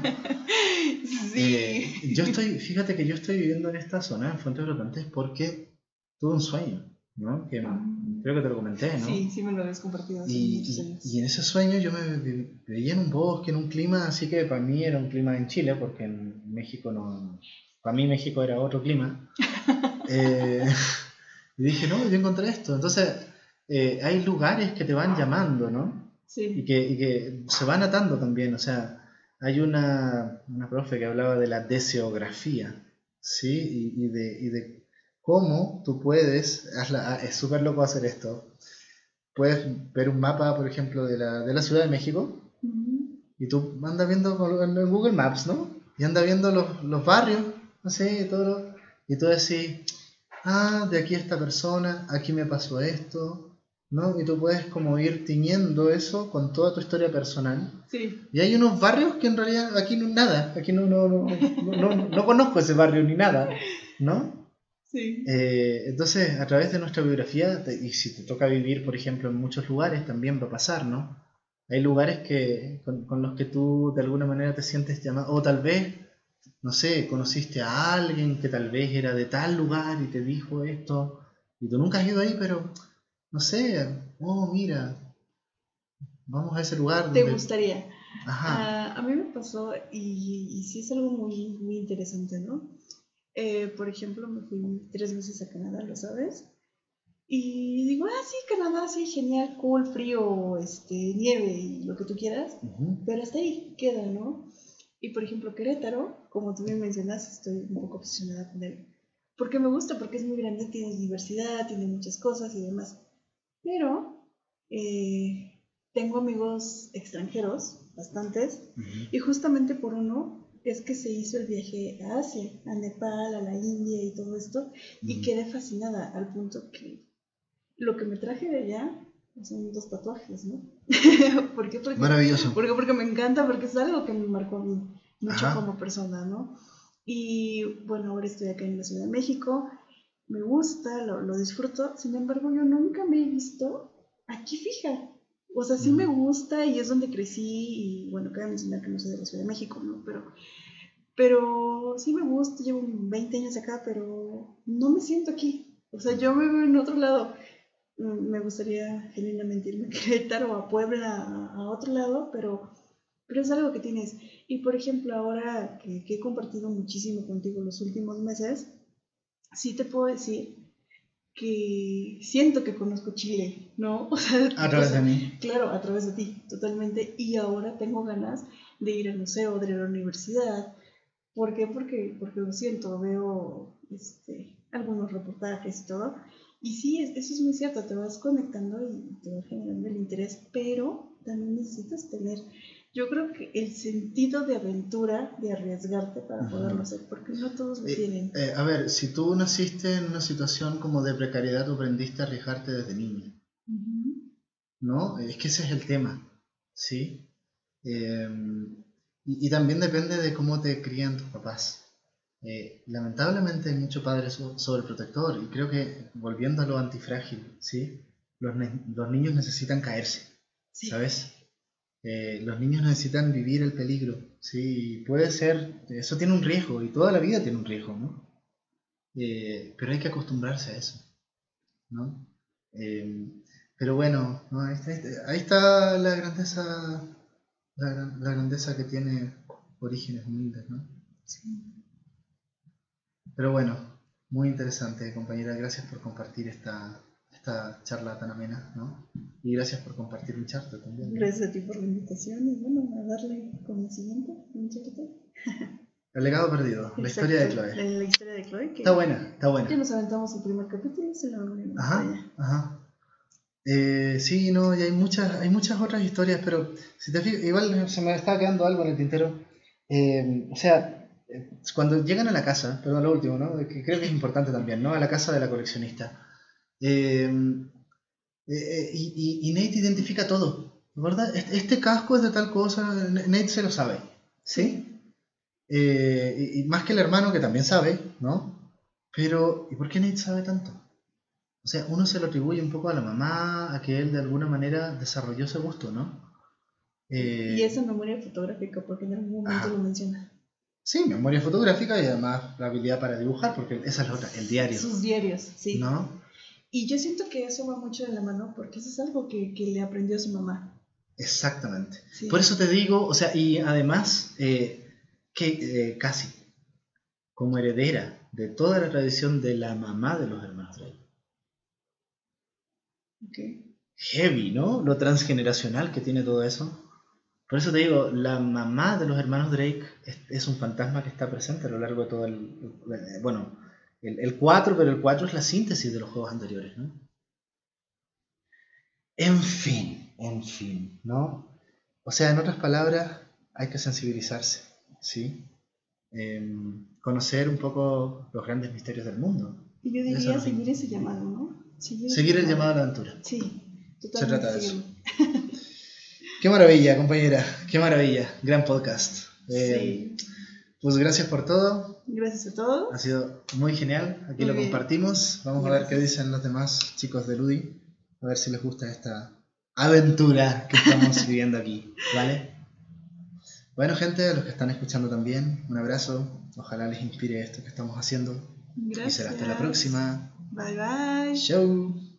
sí. Fíjate que yo estoy viviendo en esta zona, en Fuente Brotantes, porque tuve un sueño, ¿no? Que creo que te lo comenté, ¿no? Sí, sí me lo habías compartido hace muchos Y años. en ese sueño yo veía en un bosque, en un clima, así que para mí era un clima en Chile, porque en México no... Para mí México era otro clima. Eh, y dije, no, yo encontré esto. Entonces, hay lugares que te van llamando, ¿no? Sí. Y que se van atando también. O sea, hay una profe que hablaba de la deseografía, ¿sí? Y de cómo tú puedes, es súper loco hacer esto. Puedes ver un mapa, por ejemplo, de la Ciudad de México Ujú. y tú andas viendo en Google Maps, ¿no? Y andas viendo los barrios, no sé, todo. Y tú decís, de aquí esta persona, aquí me pasó esto, ¿no? Y tú puedes como ir tiñendo eso con toda tu historia personal. Sí. Y hay unos barrios que en realidad aquí no nada, aquí no conozco ese barrio ni nada, ¿no? Sí. Entonces, a través de nuestra biografía, y si te toca vivir, por ejemplo, en muchos lugares, también va a pasar, ¿no? Hay lugares con los que tú de alguna manera te sientes llamado, o tal vez, no sé, conociste a alguien que tal vez era de tal lugar y te dijo esto, y tú nunca has ido ahí, pero, no sé, mira, vamos a ese lugar ¿Te donde, gustaría? ajá, A mí me pasó y sí es algo muy, muy interesante, ¿no? Por ejemplo, me fui 3 meses a Canadá, ¿lo sabes? Y digo, sí, Canadá, sí, genial, cool, frío, nieve y lo que tú quieras, ujú, pero hasta ahí queda, ¿no? Y por ejemplo, Querétaro, como tú bien mencionas, estoy un poco obsesionada con él. Porque me gusta, porque es muy grande, tiene diversidad, tiene muchas cosas y demás. Pero eh, tengo amigos extranjeros, bastantes, ujú, y justamente por uno es que se hizo el viaje a Asia, a Nepal, a la India y todo esto, y ujú. quedé fascinada al punto que lo que me traje de allá son 2 tatuajes, ¿no? ¿Por qué? Maravilloso, Porque me encanta, porque es algo que me marcó a mí mucho ajá, como persona, ¿no? Y bueno, ahora estoy acá en la Ciudad de México, me gusta, lo disfruto, sin embargo yo nunca me he visto aquí fija. O sea, sí me ujú, gusta y es donde crecí y bueno, cabe mencionar que no soy de la Ciudad de México, ¿no? Pero sí me gusta, llevo 20 años acá, pero no me siento aquí. O sea, yo me veo en otro lado. Me gustaría genuinamente irme a Querétaro o a Puebla, a otro lado, pero es algo que tienes. Y por ejemplo, ahora que he compartido muchísimo contigo los últimos meses, sí te puedo decir que siento que conozco Chile, ¿no? a través de mí. Claro, a través de ti, totalmente. Y ahora tengo ganas de ir al museo, de ir a la universidad. ¿Por qué? Porque lo siento, veo algunos reportajes y todo. Y sí, eso es muy cierto, te vas conectando y te va generando el interés, pero también necesitas tener, yo creo que el sentido de aventura, de arriesgarte para poderlo Ujú. hacer, porque no todos lo tienen. A ver, si tú naciste en una situación como de precariedad, tú aprendiste a arriesgarte desde niño, Ujú. ¿no? Es que ese es el tema, ¿sí? Eh, y también depende de cómo te crían tus papás. Lamentablemente hay mucho padre sobreprotector y creo que volviendo a lo antifrágil, ¿sí? Los niños necesitan caerse, Sí, ¿sabes? Los niños necesitan vivir el peligro, ¿sí? Puede ser, eso tiene un riesgo y toda la vida tiene un riesgo, ¿no? Pero hay que acostumbrarse a eso, ¿no? Eh, pero bueno, ¿no? Ahí está la grandeza, la grandeza que tiene orígenes humildes, ¿no? Sí. Pero bueno, muy interesante, compañera. Gracias por compartir esta charla tan amena, ¿no? Y gracias por compartir mi charla también, ¿no? Gracias a ti por la invitación y bueno, a darle con el siguiente, un charla. El legado perdido, la historia de Exacto, Chloe. la historia de Chloe, que Está buena, está buena. ya nos aventamos el primer capítulo y se lo vamos a Ajá, ajá. Sí, no, y hay muchas otras historias, pero si te fijas, igual se me estaba quedando algo en el tintero. O sea, cuando llegan a la casa, perdón, lo último, ¿no? Que creo que es importante también, ¿no? A la casa de la coleccionista. Eh, y Nate identifica todo, ¿verdad? Este casco es de tal cosa, Nate se lo sabe, ¿sí? Y más que el hermano que también sabe, ¿no? Pero, ¿y por qué Nate sabe tanto? O sea, uno se lo atribuye un poco a la mamá, a que él de alguna manera desarrolló ese gusto, ¿no? Y esa memoria fotográfica, porque en algún momento Ajá. lo menciona. Sí, memoria fotográfica y además la habilidad para dibujar, porque esa es la otra, el diario, Sus diarios, sí. ¿no? Y yo siento que eso va mucho de la mano porque eso es algo que le aprendió a su mamá. Exactamente. Sí. Por eso te digo, o sea, y además, que casi como heredera de toda la tradición de la mamá de los hermanos Drake. Okay. Heavy, ¿no? Lo transgeneracional que tiene todo eso. Por eso te digo, la mamá de los hermanos Drake es un fantasma que está presente a lo largo de todo bueno, el 4, pero el 4 es la síntesis de los juegos anteriores, ¿no? En fin, ¿no? O sea, en otras palabras, hay que sensibilizarse, ¿sí? Conocer un poco los grandes misterios del mundo. Y yo diría seguir ese llamado, ¿no? Seguir el llamado a la aventura. Sí, totalmente. Se trata de eso. Qué maravilla, compañera, qué maravilla. Gran podcast. Sí. Pues gracias por todo. Gracias a todos. Ha sido muy genial. Aquí Muy lo bien. compartimos. Vamos a ver qué dicen los demás chicos de Ludi. A ver si les gusta esta aventura que estamos viviendo aquí. ¿Vale? Bueno, gente, a los que están escuchando también, un abrazo. Ojalá les inspire esto que estamos haciendo. Gracias. Y será hasta la próxima. Bye bye. Chau.